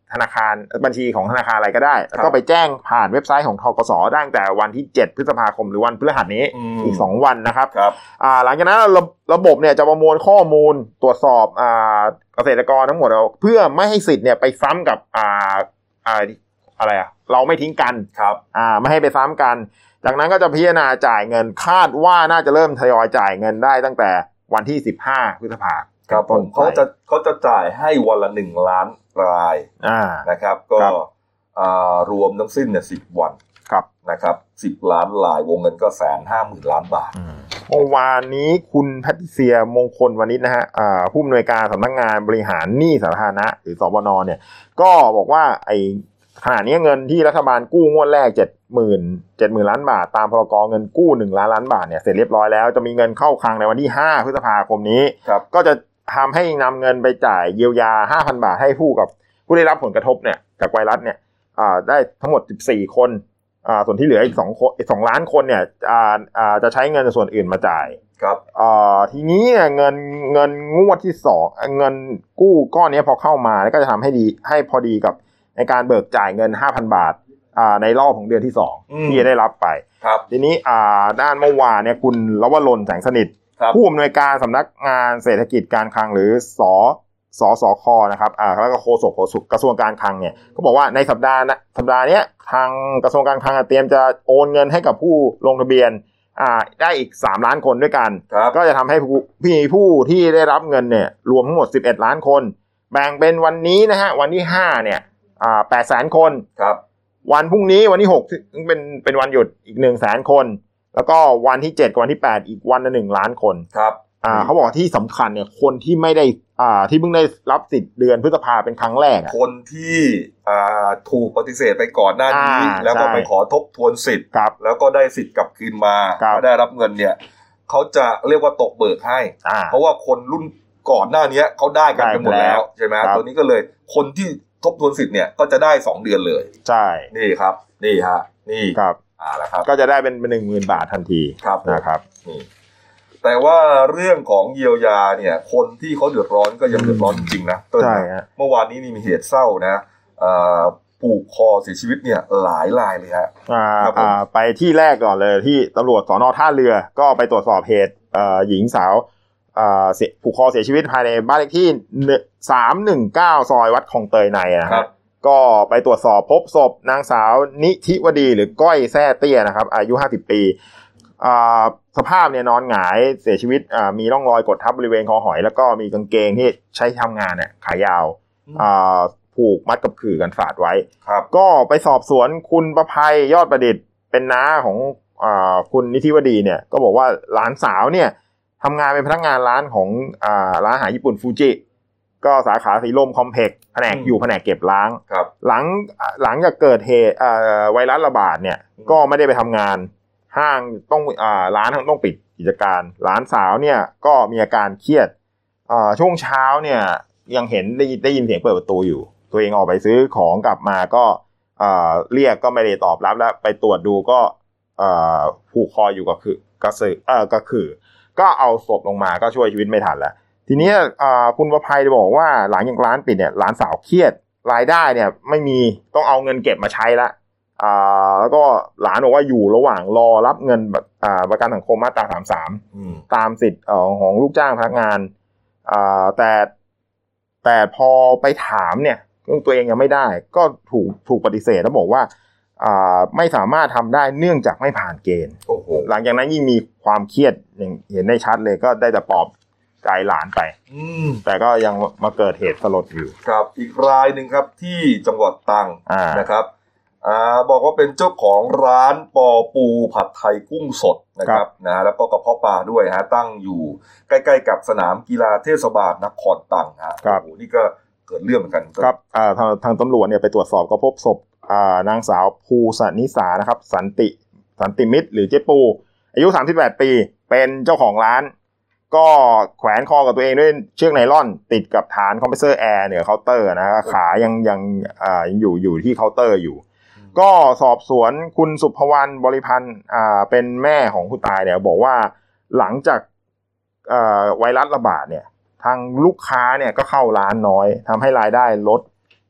ธนาคารบัญชีของธนาคารอะไรก็ได้แล้วก็ไปแจ้งผ่านเว็บไซต์ของธกส.ได้ตั้งแต่วันที่เจ็ดพฤษภาคมหรือวันพฤหัสนี้อีกสองวันนะครับอ่าหลังจากนั้นระระบบเนี่ยจะประมวลข้อมูลตรวจสอบอ่าเกษตรกรทั้งหมดเพื่อไม่ให้สิทธิ์เนี่ยไปซ้ำกับอ่าอ่าอะไรอ่ะเราไม่ทิ้งกันครับอ่าไม่ให้ไปซ้ำกันจากนั้นก็จะพิจารณาจ่ายเงินคาดว่าน่าจะเริ่มทยอยจ่ายเงินได้ตั้งแต่วันที่สิบห้าพฤษภาคมครับผมเขาจะเขาจะจ่ายให้วันละหนึ่งล้านรายนะครับก็รวมทั้งสิ้นเนี่ยสิบวันนะครับสิบล้านราย วงเงินก็แสนห้าหมื่นล้านบาทเมื่อวานนี้คุณแพทริเซียมงคลวณิชนะฮะผู้อำนวยการสำนักงานบริหารหนี้สาธารณะหรือสบนเนี่ยก็บอกว่าไอ้ขณะนี้เงินที่รัฐบาลกู้งวดแรกเจ็ดหมื่น เจ็ดหมื่นล้านบาทตามพรกเงินกู้หนึ่งล้านล้านบาทเนี่ยเสร็จเรียบร้อยแล้วจะมีเงินเข้าคลังในวันที่ห้าพฤษภาคมนี้ก็จะทำให้นำเงินไปจ่ายเยียวยา ห้าพัน บาทให้ผู้กับผู้ได้รับผลกระทบเนี่ยจากไวรัสเนี่ยได้ทั้งหมดสิบสี่คนส่วนที่เหลืออีกสองคนอีกสองล้านคนเนี่ยจะใช้เงินส่วนอื่นมาจ่ายครับทีนี้เงินเงินงวดที่สองเงินกู้ก้อนนี้พอเข้ามาแล้วก็จะทำให้ดีให้พอดีกับในการเบิกจ่ายเงิน ห้าพัน บาทในรอบของเดือนที่สองที่จะได้รับไปทีนี้ด้านเมื่อวานเนี่ยคุณลวรนแสงสนิทผู้อำนวยการสำนักงานเศรษฐกิจการคลังหรือสสสคนะครับอ่าแล้วก็โฆษกกระทรวงการคลังเนี่ยก็บอกว่าในสัปดาห์นะสัปดาห์นี้ทางกระทรวงการคลังเตรียมจะโอนเงินให้กับผู้ลงทะเบียนอ่าได้อีกสามล้านคนด้วยกันก็จะทำให้ผู้พี่ผู้ที่ได้รับเงินเนี่ยรวมทั้งหมดสิบเอ็ดล้านคนแบ่งเป็นวันนี้นะฮะวันที่ห้าเนี่ยอ่า แปดแสน คนครับวันพรุ่งนี้วันที่หกซึ่งเป็นเป็นวันหยุดอีก หนึ่งแสน คนแล้วก็วันที่เจ็ดกับวันที่แปดอีกวันละหนึ่งล้านคนครับอ่าเขาบอกที่สำคัญเนี่ยคนที่ไม่ได้อ่าที่เพิ่งได้รับสิทธิ์เดือนพฤษภาเป็นครั้งแรกคนที่อ่าถูกปฏิเสธไปก่อนหน้านี้แล้วก็ไปขอทบทวนสิทธิ์แล้วก็ได้สิทธิ์กลับคืนมาได้รับเงินเนี่ยเขาจะเรียกว่าตกเบิกให้เพราะว่าคนรุ่นก่อนหน้านี้เขาได้กันไปหมดแล้วใช่ไหมตัวนี้ก็เลยคนที่ทบทวนสิทธิ์เนี่ยก็จะได้สองเดือนเลยใช่นี่ครับนี่ฮะนี่ครับอ่าแล้วครับก็จะได้เป็น หนึ่งหมื่น บาททันทีนะครับนี่แต่ว่าเรื่องของเยียวยาเนี่ยคนที่เขาเดือดร้อนก็ยังเดือดร้อนจริงๆนะต้นเมื่อวานนี้นี่มีเหตุเศร้านะผูกคอเสียชีวิตเนี่ยหลายรายเลยฮะไปที่แรกก่อนเลยที่ตำรวจสน.ท่าเรือก็ไปตรวจสอบเหตุหญิงสาวผูกคอเสียชีวิตภายในบ้านเลขที่สามหนึ่งเก้าซอยวัดคลองเตยในนะครับก็ไปตรวจสอบพบศพนางสาวนิธิวดีหรือก้อยแซ่เตี้ยนะครับอายุห้าสิบปีสภาพเนี่ยนอนหงายเสียชีวิตมีร่องรอยกดทับบริเวณคอหอยแล้วก็มีกางเกงที่ใช้ทำงานเนี่ยขายาวผูกมัดกับขื่อกันฝาดไว้ก็ไปสอบสวนคุณประภัยยอดประดิษฐ์เป็นน้าของคุณนิธิวดีเนี่ยก็บอกว่าหลานสาวเนี่ยทำงานเป็นพนักงานร้านของอ่าร้านอาหารญี่ปุ่นฟูจิก็สาขาสีลมคอมเพล็กซ์แผนกอยู่แผนกเก็บล้างหลังหลังจากเกิดเหตุอ่าไวรัสระบาดเนี่ยก็ไม่ได้ไปทำงานห้างต้องอ่าร้านต้องปิดกิจการหลานสาวเนี่ยก็มีอาการเครียดอ่าช่วงเช้าเนี่ยยังเห็นได้ได้ยินเสียงเปิดประตูอยู่ตัวเองออกไปซื้อของกลับมาก็อ่าเรียกก็ไม่ได้ตอบรับแล้วไปตรวจดูก็อ่าผูกคออยู่กับคือกระสือเอ่อก็คือก็เอาศพลงมาก็ช่วยชีวิตไม่ทันแล้วทีนี้คุณประภัยบอกว่าหลังจากร้านปิดเนี่ยหลานสาวเครียดรายได้เนี่ยไม่มีต้องเอาเงินเก็บมาใช้ละแล้วก็หลานบอกว่าอยู่ระหว่างรอรับเงินประกันสังคมมาตราสามสิบสามตามสิทธิ์ของลูกจ้างพนักงานแต่แต่พอไปถามเนี่ยตัวเองยังไม่ได้ก็ถูกถูกปฏิเสธแล้วบอกว่าไม่สามารถทำได้เนื่องจากไม่ผ่านเกณฑ์หลังจากนั้นยิ่งมีความเครียดอย่างเห็นได้ชัดเลยก็ได้แต่ปลอบใจหลานไปแต่ก็ยังมาเกิดเหตุสลดอยู่ครับอีกรายหนึ่งครับที่จังหวัดตรังนะครับอ่าบอกว่าเป็นเจ้าของร้านปอปูผัดไทยกุ้งสดนะครับนะแล้วก็กระเพาะปลาด้วยฮะตั้งอยู่ใกล้ๆกับสนามกีฬาเทศบาลนครตรังฮะโอ้โหนี่ก็เกิดเรื่องเหมือนกันครับอ่าทางทางตำรวจเนี่ยไปตรวจสอบก็พบศพอ่านางสาวภูสนิสานะครับสันติสันติมิตรหรือเจ๊ปูอายุสามสิบแปดปีเป็นเจ้าของร้านก็แขวนคอกับตัวเองด้วยเชือกไนล่อนติดกับฐานคอมเพรสเซอร์แอร์เหนือเคาน์เตอร์นะขายังยังอ่ายังอยู่อยู่ที่เคาน์เตอร์อยู่ก็สอบสวนคุณสุภวรรณบริพันธ์อ่าเป็นแม่ของผู้ตายเนี่ยบอกว่าหลังจากเอ่อไวรัสระบาดเนี่ยทางลูกค้าเนี่ยก็เข้าร้านน้อยทำให้รายได้ลด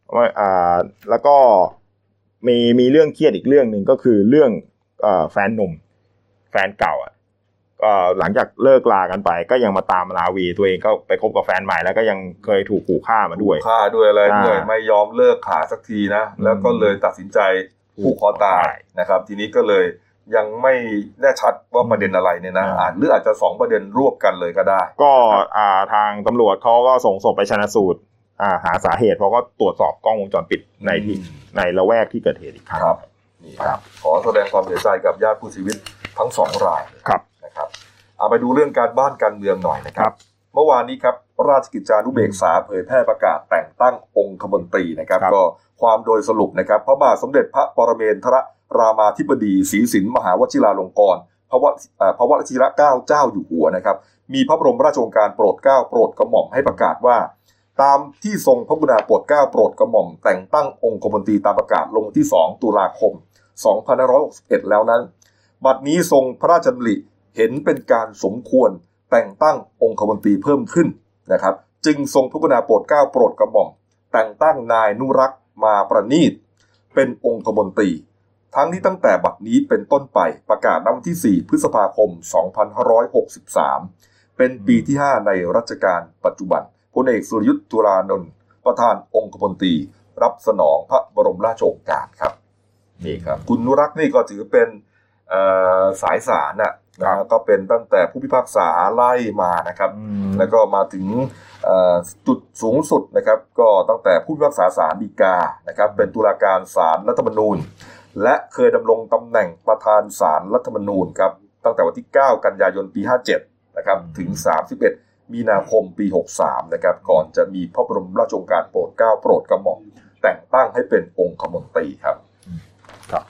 ว่าอ่าแล้วก็มีมีเรื่องเครียดอีกเรื่องนึงก็คือเรื่องเอ่อแฟนหนุ่มแฟนเก่าอ่ะก็หลังจากเลิกลากันไปก็ยังมาตามราวีตัวเองก็ไปคบกับแฟนใหม่แล้วก็ยังเคยถูกขู่ฆ่ามาด้วยฆ่าด้วยอะไรด้วยไม่ยอมเลิกขาสักทีนะแล้วก็เลยตัดสินใจผูกคอตายนะครับทีนี้ก็เลยยังไม่แน่ชัดว่าประเด็นอะไรเนี่ยนะอาจหรืออาจจะสองประเด็นรวบกันเลยก็ได้ก็อ่าทางตำรวจเขาก็ส่งศพไปชันสูตรอ่าหาสาเหตุเพราะก็ตรวจสอบกล้องวงจรปิดในที่ในละแวกที่เกิดเหตุอีกครั้งครับนี่ครับขอแสดงความเสียใจกับญาติผู้เสียชีวิตทั้งสองรายครับนะครับเอาไปดูเรื่องการบ้านการเมืองหน่อยนะครับเมื่อวานนี้ครับราชกิจจานุเบกษาเผยแพร่ประกาศแต่งตั้งองคมนตรีนะครับก็ความโดยสรุปนะครับพระบาทสมเด็จพระปรเมนทรรามาธิบดีศรีสินมหาวชิราลงกรณ์พระวพระวชิรเกล้าเจ้าอยู่หัวนะครับมีพระบรมราชโองการโปรดเกล้าโปรดกระหม่อมให้ประกาศว่าตามที่ทรงพระกรุณาโปรดเกล้าโปรดกระหม่อมแต่งตั้งองคมนตรีตามประกาศลงที่สองตุลาคมสองพันห้าร้อยหกสิบเอ็ดแล้วนั้นบัดนี้ทรงพระราชดำริเห็นเป็นการสมควรแต่งตั้งองคมนตรีเพิ่มขึ้นนะครับจึงทรงพระกรุณาโปรดเกล้าโปรดกระหม่อมแต่งตั้งนายนุรักษ์มาประณีตเป็นองคมนตรีทั้งนี้ตั้งแต่บัดนี้เป็นต้นไปประกาศณวันที่สี่พฤษภาคมสองพันห้าร้อยหกสิบสามเป็นปีที่ห้าในรัชกาลปัจจุบันพลเอกสุรยุทธจุลานนท์ประธานองคมนตรีรับสนองพระบรมราชโองการครับนี่ครับคุณนุรักษ์นี่ก็ถือเป็นสายสารนะนะก็เป็นตั้งแต่ผู้พิพากษาไล่มานะครับแล้วก็มาถึงจุดสูงสุดนะครับก็ตั้งแต่ผู้พิพากษาศาลฎีกานะครับเป็นตุลาการศาลรัฐธรรมนูญและเคยดำรงตำแหน่งประธานศาลรัฐธรรมนูญครับตั้งแต่วันที่เก้ากันยายนปีห้าเจ็ดนะครับถึงสามสิบเอ็ดมีนาคมปีหกสิบสามนะครับก่อนจะมีพระบรมราชโองการโปรดเกล้าโปรดกระหม่อมแต่งตั้งให้เป็นองคมนตรีครับครับ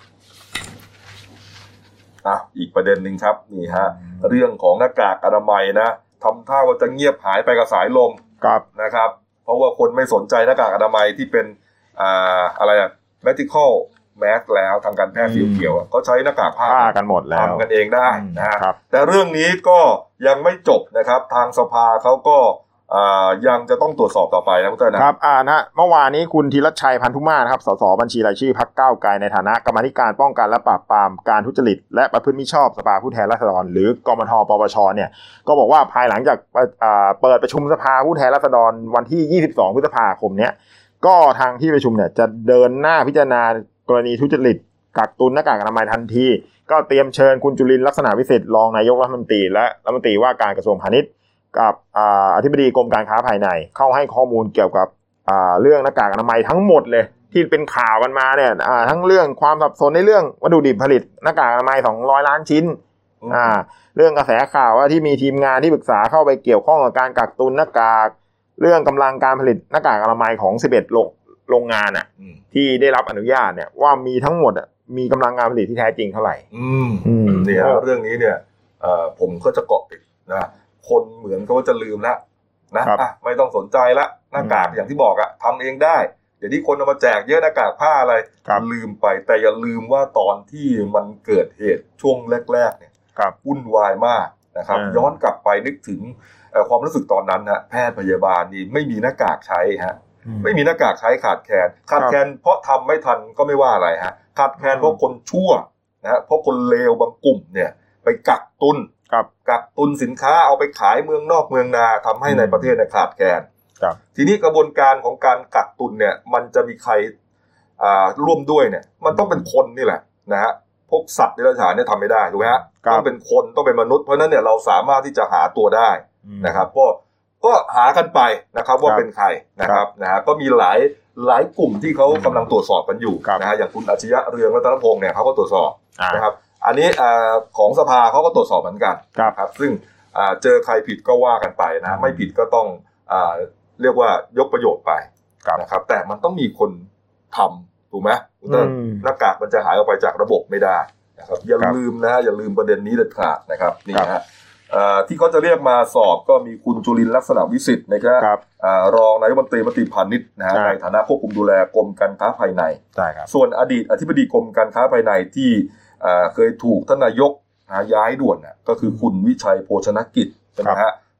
อ่ะอีกประเด็นหนึ่งครับนี่ฮะเรื่องของหน้ากากอนามัยนะทำท่าว่าจะเงียบหายไปกับสายลมนะครับเพราะว่าคนไม่สนใจหน้ากากอนามัยที่เป็นอ่าอะไรอะ medical mask แล้วทางการแพทย์สีเขียวเขาใช้หน้ากากผ้ากันหมดแล้วทำกันเองได้นะฮะแต่เรื่องนี้ก็ยังไม่จบนะครับทางสภาเขาก็ยังจะต้องตรวจสอบต่อไปนะคุณเต้นนะครับอ่านะเมื่อวานนี้คุณธีรชัยพันธุมาศครับสสบัญชีรายชื่อพรรคก้าวไกลในฐานะกรรมาธิการป้องกันและปราบปรามการทุจริตและประพฤติมิชอบสภาผู้แทนราษฎรหรือกมทปปชเนี่ยก็บอกว่าภายหลังจากอ่าเปิดประชุมสภาผู้แทนราษฎรวันที่ยี่สิบสองพฤษภาคมเนี้ยก็ทางที่ประชุมเนี่ยจะเดินหน้าพิจารณากรณีทุจริตกักตุนหน้ากากอนามัยทันทีก็เตรียมเชิญคุณจุลินทร์ลักษณะวิสิทธิ์รองนายกรัฐมนตรีและรัฐมนตรีว่าการกระทรวงพาณิชย์กับอ่าอธิบดีกรมการค้าภายในเข้าให้ข้อมูลเกี่ยวกับอ่าเรื่องหน้ากากอนามัยทั้งหมดเลยที่เป็นข่าวกันมาเนี่ยอ่าทั้งเรื่องความสับสนในเรื่องวัตถุดิบผลิตหน้ากากอนามัยสองร้อยล้านชิ้นอ่าเรื่องกระแสข่าวว่าที่มีทีมงานที่ปรึกษาเข้าไปเกี่ยวข้องกับการกักตุนหน้ากากเรื่องกำลังการผลิตหน้ากากอนามัยของสิบเอ็ดโรงโรงงานอ่ะที่ได้รับอนุญาตเนี่ยว่ามีทั้งหมดอ่ะมีกำลังการผลิตที่แท้จริงเท่าไหร่อืมเนี่ยเรื่องนี้เนี่ยเอ่อผมก็จะเกาะติดนะคนเหมือนเขาจะลืมแล้วนะอ่ะไม่ต้องสนใจละหน้ากากอย่างที่บอกอะทำเองได้เดี๋ยวนี้คนเอามาแจกเยอะหน้ากากผ้าอะไรลืมไปแต่อย่าลืมว่าตอนที่มันเกิดเหตุช่วงแรกๆเนี่ยวุ่นวายมากนะครับย้อนกลับไปนึกถึงความรู้สึกตอนนั้นนะแพทย์พยาบาลนี่ไม่มีหน้ากากใช้ฮะไม่มีหน้ากากใช้ขาดแคลนขาดแคลนเพราะทำไม่ทันก็ไม่ว่าอะไรฮะขาดแคลนเพราะคนชั่วนะเพราะคนเลวบางกลุ่มเนี่ยไปกักตุนกักตุนสินค้าเอาไปขายเมืองนอกเมืองนาทำให้ในประเทศเนี่ยขาดแคลนทีนี้กระบวนการของการกักตุนเนี่ยมันจะมีใครร่วมด้วยเนี่ยมันต้องเป็นคนนี่แหละนะฮะพวกสัตว์เดรัจฉานเนี่ยทำไม่ได้ถูกไหมฮะต้องเป็นคนต้องเป็นมนุษย์เพราะนั้นเนี่ยเราสามารถที่จะหาตัวได้นะครับก็ก็หากันไปนะครับว่าเป็นใครนะครับนะฮะก็มีหลายหลายกลุ่มที่เขากำลังตรวจสอบกันอยู่นะฮะอย่างคุณอาชญะเรืองรัตนพงษ์เนี่ยเขาก็ตรวจสอบนะครับอันนี้ของสภาเขาก็ตรวจสอบเหมือนกันครับซึ่งเจอใครผิดก็ว่ากันไปนะไม่ผิดก็ต้องเรียกว่ายกประโยชน์ไปนะครับแต่มันต้องมีคนทำถูกไหมหน้ากากมันจะหายออกไปจากระบบไม่ได้นะครับอย่าลืมนะอย่าลืมประเด็นนี้เด็ดขาดนะครับนี่ฮะที่เขาจะเรียกมาสอบก็มีคุณจุลินทร์ลักษณะวิสิทธิ์นะครับรองนายกรัฐมนตรีมติพาณิชย์นะฮะในฐานะควบคุมดูแลกรมการค้าภายในส่วนอดีตอธิบดีกรมการค้าภายในที่เคยถูกท่านนายกย้ายด่วนก็คือคุณวิชัยโภชนกิจนะฮะ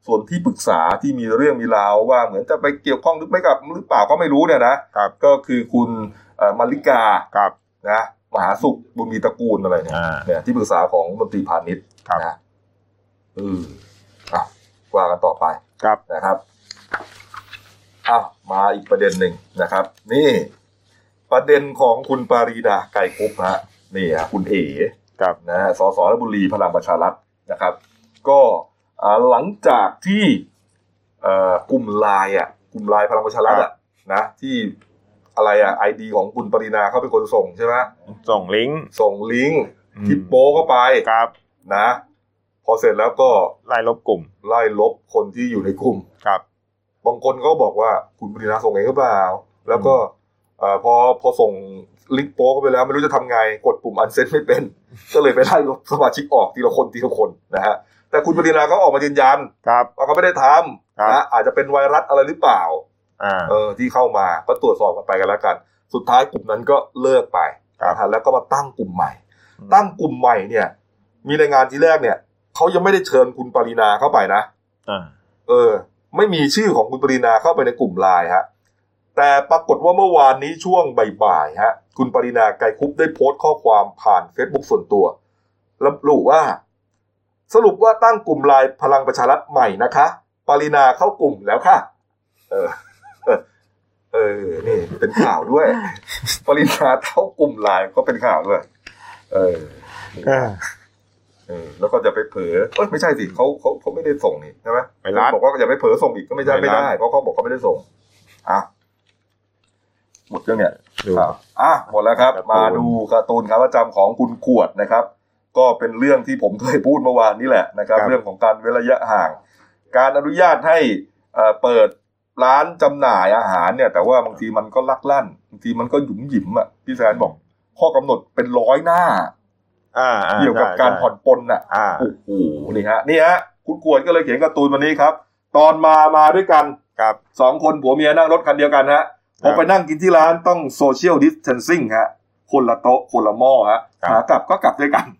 ส่วนที่ปรึกษาที่มีเรื่องมีราวว่าเหมือนจะไปเกี่ยวข้องหรือไม่กับหรือเปล่าก็ไม่รู้เนี่ยนะก็คือคุณมาริกานะมหาสุขบุญมีตระกูลอะไรเนี่ยเนี่ยที่ปรึกษาของมนตรีพาณิชย์นะเอออ่ะว่ากันต่อไปนะครับอ้าวมาอีกประเด็นหนึ่งนะครับนี่ประเด็นของคุณปารีดาไกรคุปฮะนี่ฮะคุณเอ๋นะสสราชบุรีพลังประชารัฐนะครับก็หลังจากที่กลุ่มไลน์อ่ะกลุ่มไลน์พลังประชารัฐอ่ะนะที่อะไรอ่ะไอดีของคุณปรินาเขาเป็นคนส่งใช่ไหมส่งลิงก์ส่งลิงก์ที่โป๊เข้าไปนะพอเสร็จแล้วก็ไล่ลบกลุ่มไล่ลบคนที่อยู่ในกลุ่มครับบางคนเขาบอกว่าคุณปรินาส่งเองหรือเปล่าแล้วก็พอพอส่งลิงก์โป๊เข้าไปแล้วไม่รู้จะทำไงกดปุ่มอันเซ็นไม่เป็นก็เลยไปไล่ลบสมาชิกออกทีละคนทีละคนนะฮะแต่คุณปรินาเขาออกมายืนยันว่าเขาไม่ได้ทำนะอาจจะเป็นไวรัสอะไรหรือเปล่าเออที่เข้ามาก็ตรวจสอบกันไปกันแล้วกันสุดท้ายกลุ่มนั้นก็เลิกไปนะแล้วก็มาตั้งกลุ่มใหม่ตั้งกลุ่มใหม่เนี่ยมีรายงานทีแรกเนี่ยเขายังไม่ได้เชิญคุณปรินาเข้าไปนะเออไม่มีชื่อของคุณปรินาเข้าไปในกลุ่มไลน์ฮะแต่ปรากฏว่าเมื่อวานนี้ช่วงบ่ายๆฮะคุณปรินาไกรคุปได้โพสต์ข้อความผ่าน Facebook ส่วนตัวระบุว่าสรุปว่าตั้งกลุ่มไลน์พลังประชารัฐใหม่นะคะปรินาเข้ากลุ่มแล้วค่ะเออเออนี่เป็นข่าวด้วยปรินาเข้ากลุ่มไลน์ก็เป็นข่าวด้วยเออเออแล้วก็จะไปเผลอเอ้ยไม่ใช่สิเขาเขาเขาไม่ได้ส่งนี่ใช่ไหมไม่รับบอกว่าอย่าไปเผลอส่งอีกก็ไม่ใช่ไม่ได้เพราะเขาบอกเขาไม่ได้ส่งอ่ะหมดเรื่องเนี่ยอ่ะหมดแล้วครับมาดูการ์ตูนขาประจำของคุณขวดนะครับก็เป็นเรื่องที่ผมเคยพูดเมื่อวานนี่แหละนะครับเรื่องของการเว้นระยะห่างการอนุญาตให้เปิดร้านจำหน่ายอาหารเนี่ยแต่ว่าบางทีมันก็ลักลั่นบางทีมันก็หยุมหยิมอ่ะพี่แซนบอกข้อกำหนดเป็นร้อยหน้าเกี่ยวกับการผ่อนปลนอ่ะโอ้โหนี่ฮะนี่ฮะคุณขวดก็เลยเขียนการ์ตูนวันนี้ครับตอนมามาด้วยกันครับสองคนผัวเมียนั่งรถคันเดียวกันฮะพอไปนั่งกินที่ร้านต้องโซเชียลดิสเทนซิ่งฮะคนละโต๊ะคนละหม้อฮะขากลับก็กลับด้วยกัน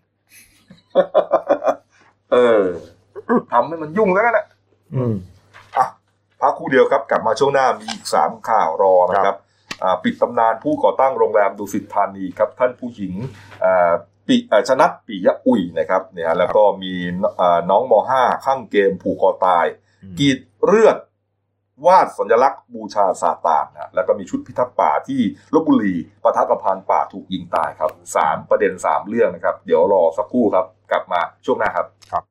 เออทำให้มันยุ่งแล้วกันแหละอืมอ่ะพักคู่เดียวครับกลับมาช่วงหน้ามีอีกสามข่าวรอนะครับอ่าปิดตำนานผู้ก่อตั้งโรงแรมดุสิตธานีครับท่านผู้หญิงอ่าปิอ่าชนัดปิยะอุ่ยนะครับเนี่ยแล้วก็มีอ่าน้องม.ห้า ข้างเกมผูกคอตายกรีดเลือดวาดสัญลักษณ์บูชาซาตานนะแล้วก็มีชุดพิทักษ์ป่าที่ลพบุรีปะทะกับพรานป่าถูกยิงตายครับสามประเด็นสามเรื่องนะครับเดี๋ยวรอสักครู่ครับกลับมาช่วงหน้าครับครับ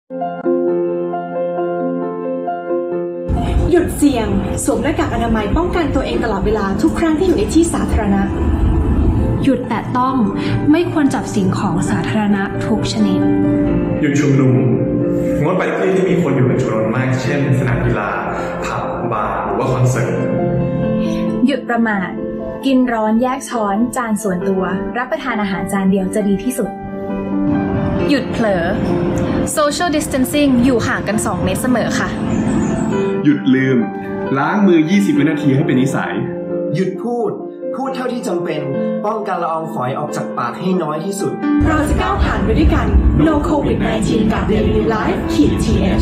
หยุดเสี่ยงสวมหน้ากากอนามัยป้องกันตัวเองตลอดเวลาทุกครั้งที่อยู่ในที่สาธารณะหยุดแตะต้องไม่ควรจับสิ่งของสาธารณะทุกชนิดหยุดชุมนุมงดไปที่ที่มีคนอยู่เป็นจำนวนมากเช่นสนามกีฬาผับบาร์หรือว่าคอนเสิร์ตหยุดประมาทกินร้อนแยกช้อนจานส่วนตัวรับประทานอาหารจานเดียวจะดีที่สุดหยุดเผลอ Social Distancing อยู่ห่างกันสองเมตรเสมอค่ะหยุดลืมล้างมือยี่สิบวินาทีให้เป็นนิสัยหยุดพูดพูดเท่าที่จำเป็นป้องกันละอองฝอยออกจากปากให้น้อยที่สุดเราจะก้าวผ่านไปด้วยกัน No โควิด สิบเก้า กับ Daily Life ที เอช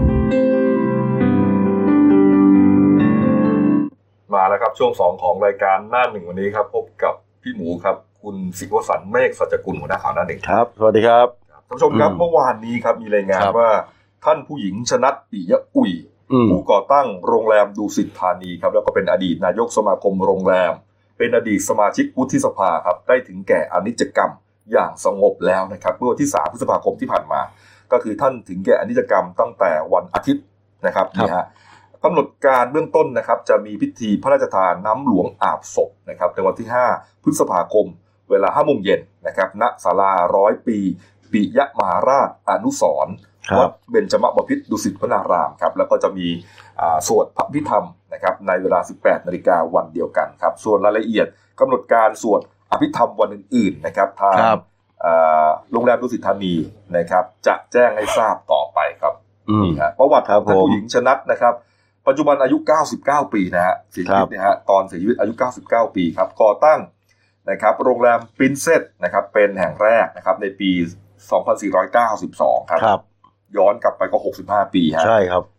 มาแล้วครับช่วงสองของรายการหน้าหนึ่งวันนี้ครับพบกับพี่หมูครับคุณศิวสันต์เมฆสัจกุลหัวหน้าข่าวหน้าหนึ่งครับสวัสดีครับท่านผู้ชมครับเมื่อวานนี้ครับมีรายงานว่าท่านผู้หญิงชนัดปิยะอุ่ยผู้ก่อตั้งโรงแรมดุสิตธานีครับแล้วก็เป็นอดีตนายกสมาคมโรงแรมเป็นอดีตสมาชิกวุฒิสภาครับได้ถึงแก่อนิจกรรมอย่างสงบแล้วนะครับเมื่อวันที่สามพฤษภาคมที่ผ่านมาก็คือท่านถึงแก่อนิจกรรมตั้งแต่วันอาทิตย์นะครับนี่ฮะกำหนดการเบื้องต้นนะครับจะมีพิธีพระราชทานน้ำหลวงอาบศพนะครับในวันที่ห้าพฤษภาคมเวลาห้าโมงเย็นนะครับณศาลาร้อยปีปิยมหาราชอนุสรณ์วัดเบญจมบพิตรดุสิตวนารามครับแล้วก็จะมีสวดพระพิธรรมนะครับในเวลา สิบแปดนาฬิกา นวันเดียวกันครับส่วนรายละเอียดกำหนดการสวดอภิธรรมวันอื่นๆนะครับทางโรงแรมดุสิตธานีนะครับจะแจ้งให้ทราบต่อไปครับนี่ฮะประวัติของท่านผู้หญิงชนัดนะครับปัจจุบันอายุเก้าสิบเก้าปีนะฮะเสียชีวิตเนี่ยฮะตอนเสียชีวิตอายุเก้าสิบเก้าปีครับก่อตั้งนะครับโรงแรมปรินเซสนะครับเป็นแห่งแรกนะครับในปีสองพันสี่ร้อยเก้าสิบสองครับย้อนกลับไปก็หกสิบห้าปีฮะใช่ครับ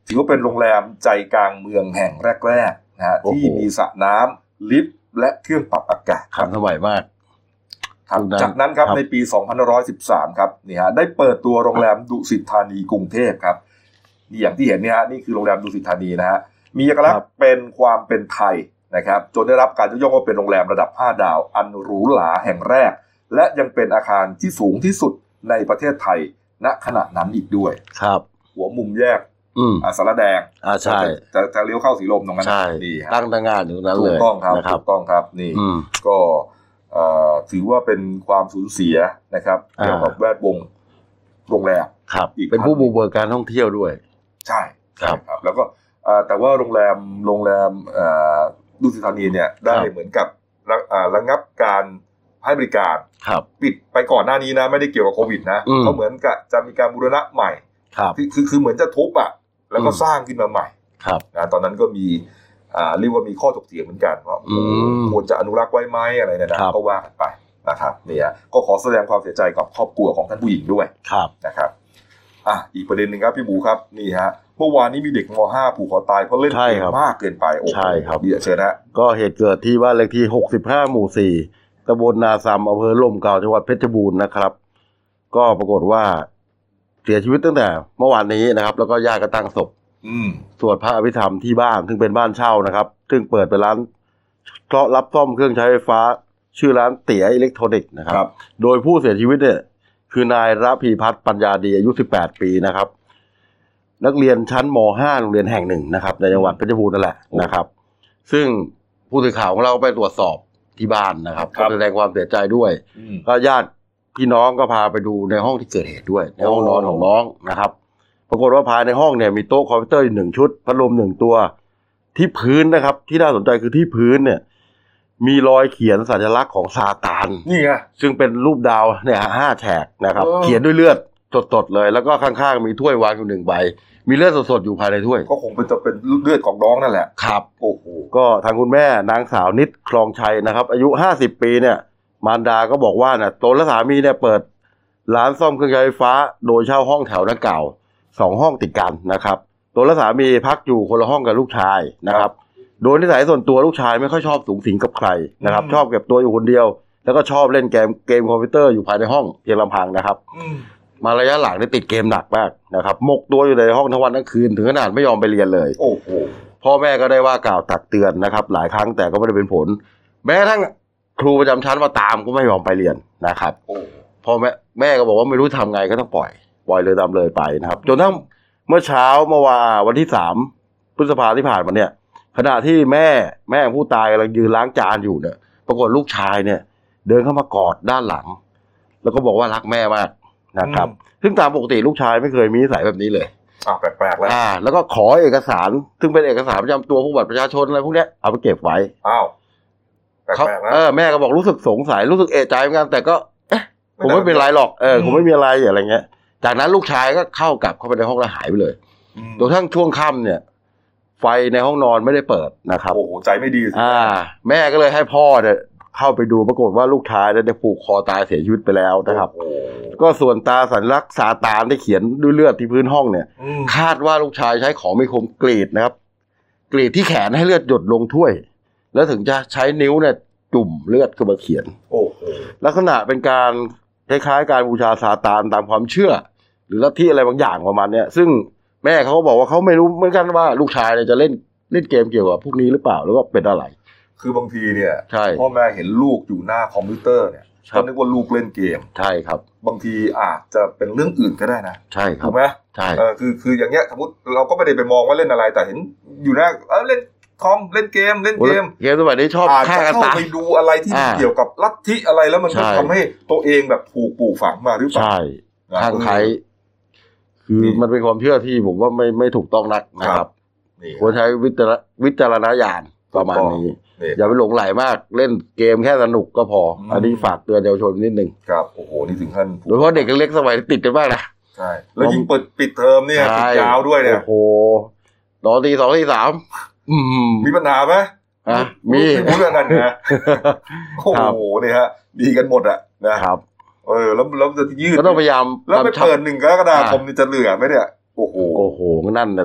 ถือว่าเป็นโรงแรมใจกลางเมืองแห่งแรกๆนะฮะที่มีสระน้ำลิฟต์และเครื่องปรับอากาศทันสมัยมากจากนั้นครับในปีสองพันห้าร้อยสิบสามครับนี่ฮะได้เปิดตัวโรงแรมดุสิตธานีกรุงเทพครับนี่อย่างที่เห็นเนี่ยฮะนี่คือโรงแรมดุสิตธานีนะฮะมีเอกลักษณ์เป็นความเป็นไทยนะครับจนได้รับการยกย่องว่าเป็นโรงแรมระดับห้าดาวอันหรูหราแห่งแรกและยังเป็นอาคารที่สูงที่สุดในประเทศไทยณขณะนั้นอีกด้วยครับหัวมุมแยกอืมอ่าสารแดงอ่าใช่จะจะเลี้ยวเข้าสีลมตรงนั้นใช่นี่ฮะตั้งตั้งงานอยู่ตรงนั้นเลยถูกต้องครับถูกต้องครับนี่ก็เอ่อถือว่าเป็นความสูญเสียนะครับเกี่ยวกับแวดวงโรงแรมครับเป็นผู้บุกเบิกการท่องเที่ยวด้วยใช่ครับครับแล้วก็แต่ว่าโรงแรมโรงแรมดุสิตธานีเนี่ยได้เหมือนกับระงับการให้บริการปิดไปก่อนหน้านี้นะไม่ได้เกี่ยวกับโควิดนะเขาเหมือนกับจะมีการบูรณะใหม่คือคือเหมือนจะทุบอ่ะแล้วก็สร้างขึ้นมาใหม่นะตอนนั้นก็มีเรียกว่ามีข้อถกเถียงเหมือนกันว่าควรจะอนุรักษ์ไว้ไหมอะไรเนี่ยนะก็ว่ากันไปนะครับเนี่ยก็ขอแสดงความเสียใจกับครอบครัวของท่านผู้หญิงด้วยนะครับอ่ะอีกประเด็นหนึ่งครับพี่บูครับนี่ฮะเมื่อวานนี้มีเด็กม.ห้า ผูกคอตายเพราะเล่นเกมมากเกินไปโอ้โหเดี๋ยวเชิญนะก็เหตุเกิดที่บ้านเลขที่หกสิบห้าหมู่สี่ตำบลนาซัมอำเภอลมเก่าจังหวัดเพชรบูรณ์นะครับก็ปรากฏว่าเสียชีวิตตั้งแต่เมื่อวานนี้นะครับแล้วก็ญาติก็ตั้งศพสวดพระอภิธรรมที่บ้านซึ่งเป็นบ้านเช่านะครับซึ่งเปิดเป็นร้านเพราะรับซ่อมเครื่องใช้ไฟฟ้าชื่อร้านเตี๋ยอิเล็กทรอนิกส์นะครับโดยผู้เสียชีวิตเนี่ยคือนายระพีพัฒน์ปัญญาดีอายุสิบแปดปีนะครับนักเรียนชั้นม.ห้า โรงเรียนแห่งหนึ่งนะครับในจังหวัดเพชรบูรณ์นั่นแหละนะครับซึ่งผู้สื่อข่าวของเราไปตรวจสอบที่บ้านนะครับก็แสดงความเสียใจด้วยก็ญาติพี่น้องก็พาไปดูในห้องที่เกิดเหตุด้วยในห้องนอนของน้องนะครับปรากฏว่าภายในห้องเนี่ยมีโต๊ะคอมพิวเตอร์หนึ่งชุดพัดลมหนึ่งตัวที่พื้นนะครับที่น่าสนใจคือที่พื้นเนี่ยมีรอยเขียนสัญลักษณ์ของซาตานนี่ไงซึ่งเป็นรูปดาวเนี่ยห้าแฉกนะครับเขียนด้วยเลือดสดๆเลยแล้วก็ข้างๆมีถ้วยวางอยู่หนึ่งใบมีเลือดสดๆอยู่ภายในถ้วยก็คงเป็นจะเป็นเลือดของน้องนั่นแหละครับโอ้โหก็ทางคุณแม่นางสาวนิดคลองชัยนะครับอายุห้าสิบปีเนี่ยมารดาก็บอกว่าเนี่ยตนและสามีเนี่ยเปิดร้านซ่อมเครื่องใช้ไฟฟ้าโดยเช่าห้องแถวดังกล่าวสองห้องติดกันนะครับตนและสามีพักอยู่คนละห้องกับลูกชายนะครับโดยนิสัยส่วนตัวลูกชายไม่ค่อยชอบสูงสิงกับใครนะครับชอบเก็บตัวอยู่คนเดียวแล้วก็ชอบเล่นเกมเกมคอมพิวเตอร์อยู่ภายในห้องเพียงลำพังนะครับมาระยะหลังได้ติดเกมหนักมากนะครับหมกตัวอยู่ในห้องทั้งวันทั้งคืนถึงขนาดไม่ยอมไปเรียนเลยโอ้โหพ่อแม่ก็ได้ว่ากล่าวตักเตือนนะครับหลายครั้งแต่ก็ไม่ได้เป็นผลแม้ทั้งครูประจำชั้นมาตามก็ไม่ยอมไปเรียนนะครับพ่อแม่แม่ก็บอกว่าไม่รู้ทำไงก็ต้องปล่อยปล่อยเลยตามเลยไปนะครับจนทั้งเมื่อเช้าเมื่อวานวันที่สามพฤษภาคมที่ผ่านมาเนี่ยขณะที่แม่แม่ผู้ตายกำลังยืนล้างจานอยู่เนี่ยปรากฏลูกชายเนี่ยเดินเข้ามากอดด้านหลังแล้วก็บอกว่ารักแม่มากนะครับซึ่งตามปกติลูกชายไม่เคยมีนิสัยแบบนี้เลยอ้าวแปลกๆแล้วอ่าแล้วก็ขอเอกสารซึ่งเป็นเอกสารประจำตัวพวกบัตรประชาชนอะไรพวกเนี้ยเอาไปเก็บไว้อ้าวแปลกๆนะเออแม่ก็บอกรู้สึกสงสัยรู้สึกเอะใจเหมือนกันแต่ก็เอ๊ะผมไม่เป็นไรหรอกเออผมไม่มีอะไรอะไรเงี้ยจากนั้นลูกชายก็เข้ากลับเข้าไปในห้องแล้วหายไปเลยจนทั้งช่วงค่ำเนี่ยไฟในห้องนอนไม่ได้เปิดนะครับโอ้โหใจไม่ดีอ่าแม่ก็เลยให้พ่อเนี่ยเข้าไปดูปรากฏว่าลูกชายได้ผูกคอตายเสียชีวิตไปแล้วนะครับก็ส่วนตาสัญลักษณ์ซาตานได้เขียนด้วยเลือดที่พื้นห้องเนี่ยคาดว่าลูกชายใช้ของมีคมกรีดนะครับกรีดที่แขนให้เลือดหยดลงถ้วยแล้วถึงจะใช้นิ้วเนี่ยจุ่มเลือดขึ้นมาเขียนโอ้ลักษณะเป็นการคล้ายๆการบูชาซาตานตามความเชื่อหรือลัทธิอะไรบางอย่างประมาณเนี้ยซึ่งแม่เขาก็บอกว่าเขาไม่รู้เหมือนกันว่าลูกชายเนี่ยจะเล่นเล่นเกมเกี่ยวกับพวกนี้หรือเปล่าหรือว่าเป็นอะไรคือบางทีเนี่ยพ่อแม่เห็นลูกอยู่หน้าคอมพิวเตอร์เนี่ยก็นึกว่าลูกเล่นเกมใช่ครับบางทีอาจจะเป็นเรื่องอื่นก็ได้นะใช่ครับถูกไหมใช่เออคือคืออย่างเงี้ยสมมติเราก็ไม่ได้ไปมองว่าเล่นอะไรแต่เห็นอยู่หน้าเออเล่นคอมเล่นเกมเล่นเกมเกมสมัยนี้ชอบฆ่ากันตายไปดูอะไรที่เกี่ยวกับลัทธิอะไรแล้วมันก็ทำให้ตัวเองแบบถูกปลูกฝังมาหรือเปล่าใช่ทางใครคือมันเป็นความเชื่อที่ผมว่าไม่ไม่ถูกต้องนักนะครับควรใช้วิจารวิจารณญาณประมาณนี้อย่าไปหลงไหลมากเล่นเกมแค่สนุกก็พออันนี้ฝากเตือนเยาวชนนิดนึงครับโอ้โหนี่ถึงขั้นโดยเฉพาะเด็กเล็กสมัยติดกันมากนะใช่แล้วยิ่งเปิดปิดเทอมเนี่ยติดยาวด้วยเนี่ยโอ้โหตอนตีสองตีสามมีปัญหาไหมมีพูดเรื่องกันนะโอ้โหเนี่ยฮะดีกันหมดอะนะครับเออแล้วแล้วจะยืดก็ต้องพยายามแล้วไปเปิดหนึ่งกรกฎาคมนี่จะเหลือไหมเนี่ยโอ้โหโอ้โหนั่นนะสิ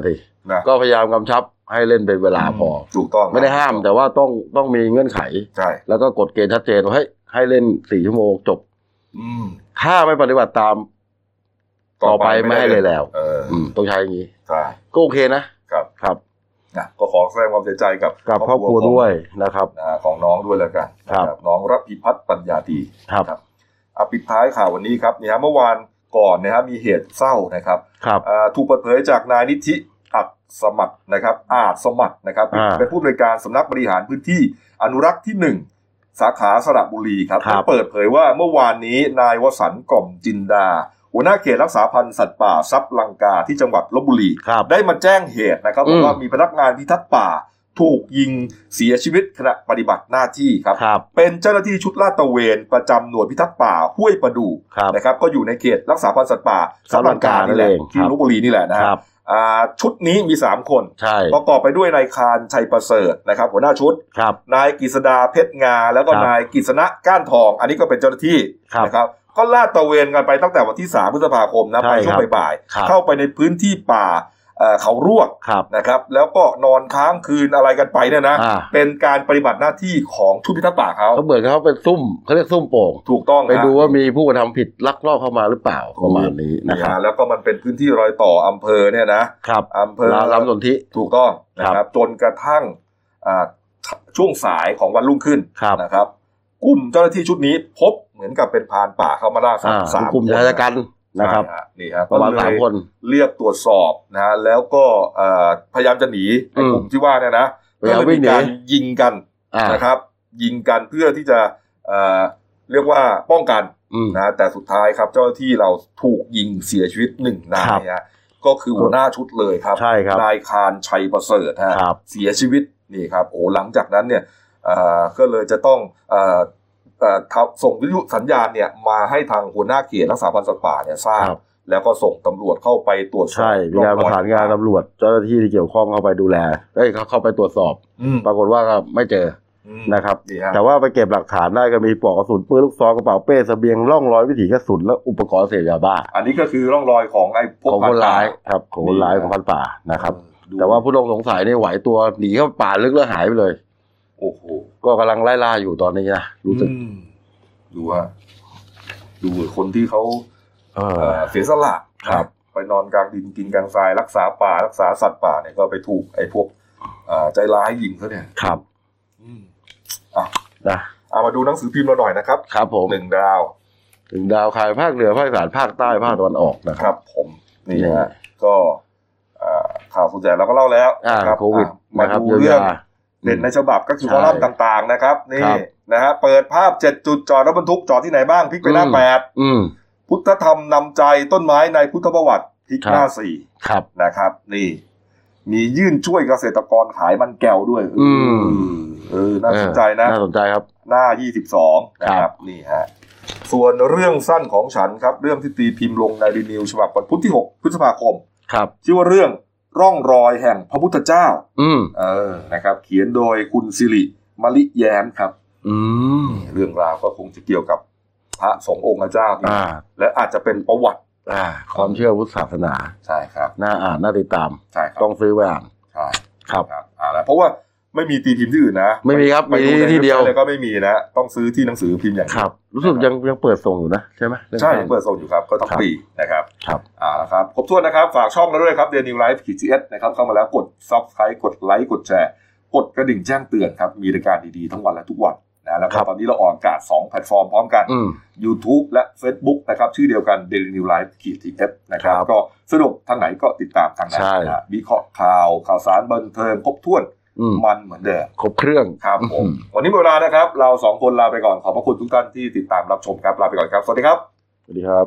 นะก็พยายามกำชับให้เล่นเป็นเวลาพอถูกต้องไม่ได้ห้ามแต่ว่าต้องต้องมีเงื่อนไขใช่แล้วก็กฎเกณฑ์ชัดเจนว่าให้ให้เล่นสี่ชั่วโมงจบถ้าไม่ปฏิบัติตามต่อไปไม่ให้เลยแล้วต้องใช้อย่างนี้ก็โอเคนะครับครับนะก็ขอแสดงความเสียใจกับกับครอบครัวด้วยนะครับของน้องด้วยแล้วกันครับน้องรพิพัฒน์ปัญญาดีครับอ่ะปิดท้ายข่าววันนี้ครับเนี่ยเมื่อวานก่อนนะครับมีเหตุเศร้านะครับถูกเปิดเผยจากนายนิธิอัดสมัตินะครับอาจสมัตินะครับเป็นผู้บริการสำนักบริหารพื้นที่อนุรักษ์ที่หนึ่งสาขาสระบุรีครับเปิดเผยว่าเมื่อวานนี้นายวสันต์กล่อมจินดาหัวหน้าเขตรักษาพันธุ์สัตว์ป่าทรัพย์ลังกาที่จังหวัดลพบุรีได้มาแจ้งเหตุนะครับว่ามีพนักงานพิทักษ์ป่าถูกยิงเสียชีวิตขณะปฏิบัติหน้าที่ครับเป็นเจ้าหน้าที่ชุดลาดตระเวนประจำหน่วยพิทักษ์ป่าห้วยประดู่นะครับก็อยู่ในเขตรักษาพันธุ์สัตว์ป่าทรัพย์ลังกานี่แหละที่ลพบุรีนี่แหละนะครับชุดนี้มีสามคนประกอบไปด้วยนายคารชัยประเสริฐนะครับหัวหน้าชุดนายกฤษดาเพชรงาแล้วก็นายกฤษณะก้านทองอันนี้ก็เป็นเจ้าหน้าที่นะครับก็ลาดตระเวนกันไปตั้งแต่วันที่สามพฤษภาคมนะไปช่วงบ่ายๆเข้าไปในพื้นที่ป่าเขารวกนะครับแล้วก็นอนค้างคืนอะไรกันไปเนี่ยนะเป็นการปฏิบัติหน้าที่ของชุดพิทักษ์ป่าเขาเขาเหมือนเขาเป็นซุ่มเขาเรียกซุ่มโป่งถูกต้องไปดูว่ามีผู้กระทำผิดลักลอบเข้ามาหรือเปล่าประมาณนี้นะครับแล้วก็มันเป็นพื้นที่รอยต่ออำเภอเนี่ยนะครับอำเภอลำสนธิถูกต้องนะครับจนกระทั่งช่วงสายของวันรุ่งขึ้นนะครับกลุ่มเจ้าหน้าที่ชุดนี้พบเหมือนกับเป็นพรานป่าเข้ามาล่าสัตว์สามกลุ่มชายชะกันนะครับนี่ครับประมาณสามคนเรียกตรวจสอบนะแล้วก็พยายามจะหนีไอ้กลุ่มที่ว่าเนี่ยนะก็เลยมีการยิงกันนะครับยิงกันเพื่อที่จะเรียกว่าป้องกันนะแต่สุดท้ายครับเจ้าหน้าที่เราถูกยิงเสียชีวิตหนึ่งนายฮะก็คือหัวหน้าชุดเลยครับนายคารชัยประเสริฐฮะเสียชีวิตนี่ครับโอ้หลังจากนั้นเนี่ยก็เลยจะต้องส่งวิทยุสัญญาณเนี่ยมาให้ทางหัวหน้าเขตรักษาพันธุ์สัตว์ป่าเนี่ยทราบแล้วก็ส่งตำรวจเข้าไปตรวจสอบใช่มีการประสานงานตำรวจเจ้าหน้าที่ที่เกี่ยวข้องเข้าไปดูแลเอ้ยเขาเข้าไปตรวจสอบปรากฏว่าก็ไม่เจอนะครับแต่ว่าไปเก็บหลักฐานได้ก็มีปลอกกระสุนปืนลูกซองกระเป๋าเป้เสบียงร่องรอยวิถีกระสุนและอุปกรณ์เสพยาบ้าอันนี้ก็คือร่องรอยของไอ้พวกคนร้ายครับของคนร้ายของพันธุ์ป่านะครับแต่ว่าผู้ต้องสงสัยนี่ไหวตัวหนีเข้าป่าลึกแล้วหายไปเลยโอ้โหก็กำลังไล่ล่าอยู่ตอนนี้นะรู้สึกดูว่าดูคนที่เขาเสียสละครับไปนอนกลางดินกินกลางทรายรักษาป่ารักษาสัตว์ป่าเนี่ยก็ไปถูกไอ้พวกใจร้ายยิงเขาเนี่ยครับอ่ะนะเอามาดูหนังสือพิมพ์เราหน่อยนะครับครับผมหนึ่งดาวหนึ่งดาวขายภาคเหนือภาคอีสานภาคใต้ภาคตะวันออกนะครับผมนี่ฮะก็ข่าวส่วนใหญ่เราก็เล่าแล้วนะครับโควิดมาดูเรื่องเด่นในฉบับก็คือคอลัมน์ต่างๆนะครับนี่นะฮะเปิดภาพเจ็ดจุดจอดรถบรรทุกจอดที่ไหนบ้างพลิกไปหน้าแปดพุทธธรรมนำใจต้นไม้ในพุทธประวัติพลิกหน้าสี่นะครับนี่มียื่นช่วยเกษตรกรขายมันแก้วด้วยเออน่าสนใจนะน่าสนใจครับหน้ายี่สิบสองนะครับนี่ฮะส่วนเรื่องสั้นของฉันครับเรื่องที่ตีพิมพ์ลงในรีนิวฉบับวันพุธที่หกพฤษภาคมครับชื่อว่าเรื่องร่องรอยแห่งพระพุทธเจ้าเออนะครับเขียนโดยคุณสิริมลิแย้มครับเรื่องราวก็คงจะเกี่ยวกับพระสงฆ์องค์เจ้าและอาจจะเป็นประวัติความเชื่อพุทธศาสนาใช่ครับน่าอ่านน่าติดตามใช่ครับต้องซื้อไว้อ่านใช่ครับอ่าแล้วเพราะว่าไม่มีตีพิมพ์ที่อื่นนะไม่มีครับมีที่เดียวก็ไม่มีนะต้องซื้อที่หนังสือพิมพ์อย่างครับรู้สึกยังยังเปิดส่งอยู่นะใช่ไหมใช่เปิดส่งอยู่ครับก็ต้องฟรีนะครับครับอ่าแล้วครับครบถ้วนนะครับฝากช่องเราด้วยครับ Daily New Life ขีด จี เอส นะครับเข้ามาแล้วกด Subscribe กดไลค์กดแชร์กดกระดิ่งแจ้งเตือนครับมีรายการดีๆทั้งวันและทุกวันนะแล้วก็ตอนนี้เราออกอากาศสองแพลตฟอร์มพร้อมกัน YouTube และ Facebook นะครับชื่อเดียวกัน Daily New Life ขีด จี เอส นะครับก็สนุกทางไหนก็ติดตามทางนั้นนะวิเคราะห์ข่าวข่าวสารบันเทิงครบถ้วนมันเหมือนเดิมครบเครื่องครับผมวันนี้หมดเวลานะครับเราสองคนลาไปก่อนขอบพระคุณทุกท่านที่ติดตามรับชมครับลาไปก่อนครับสวัสดีครับสวัสดีครับ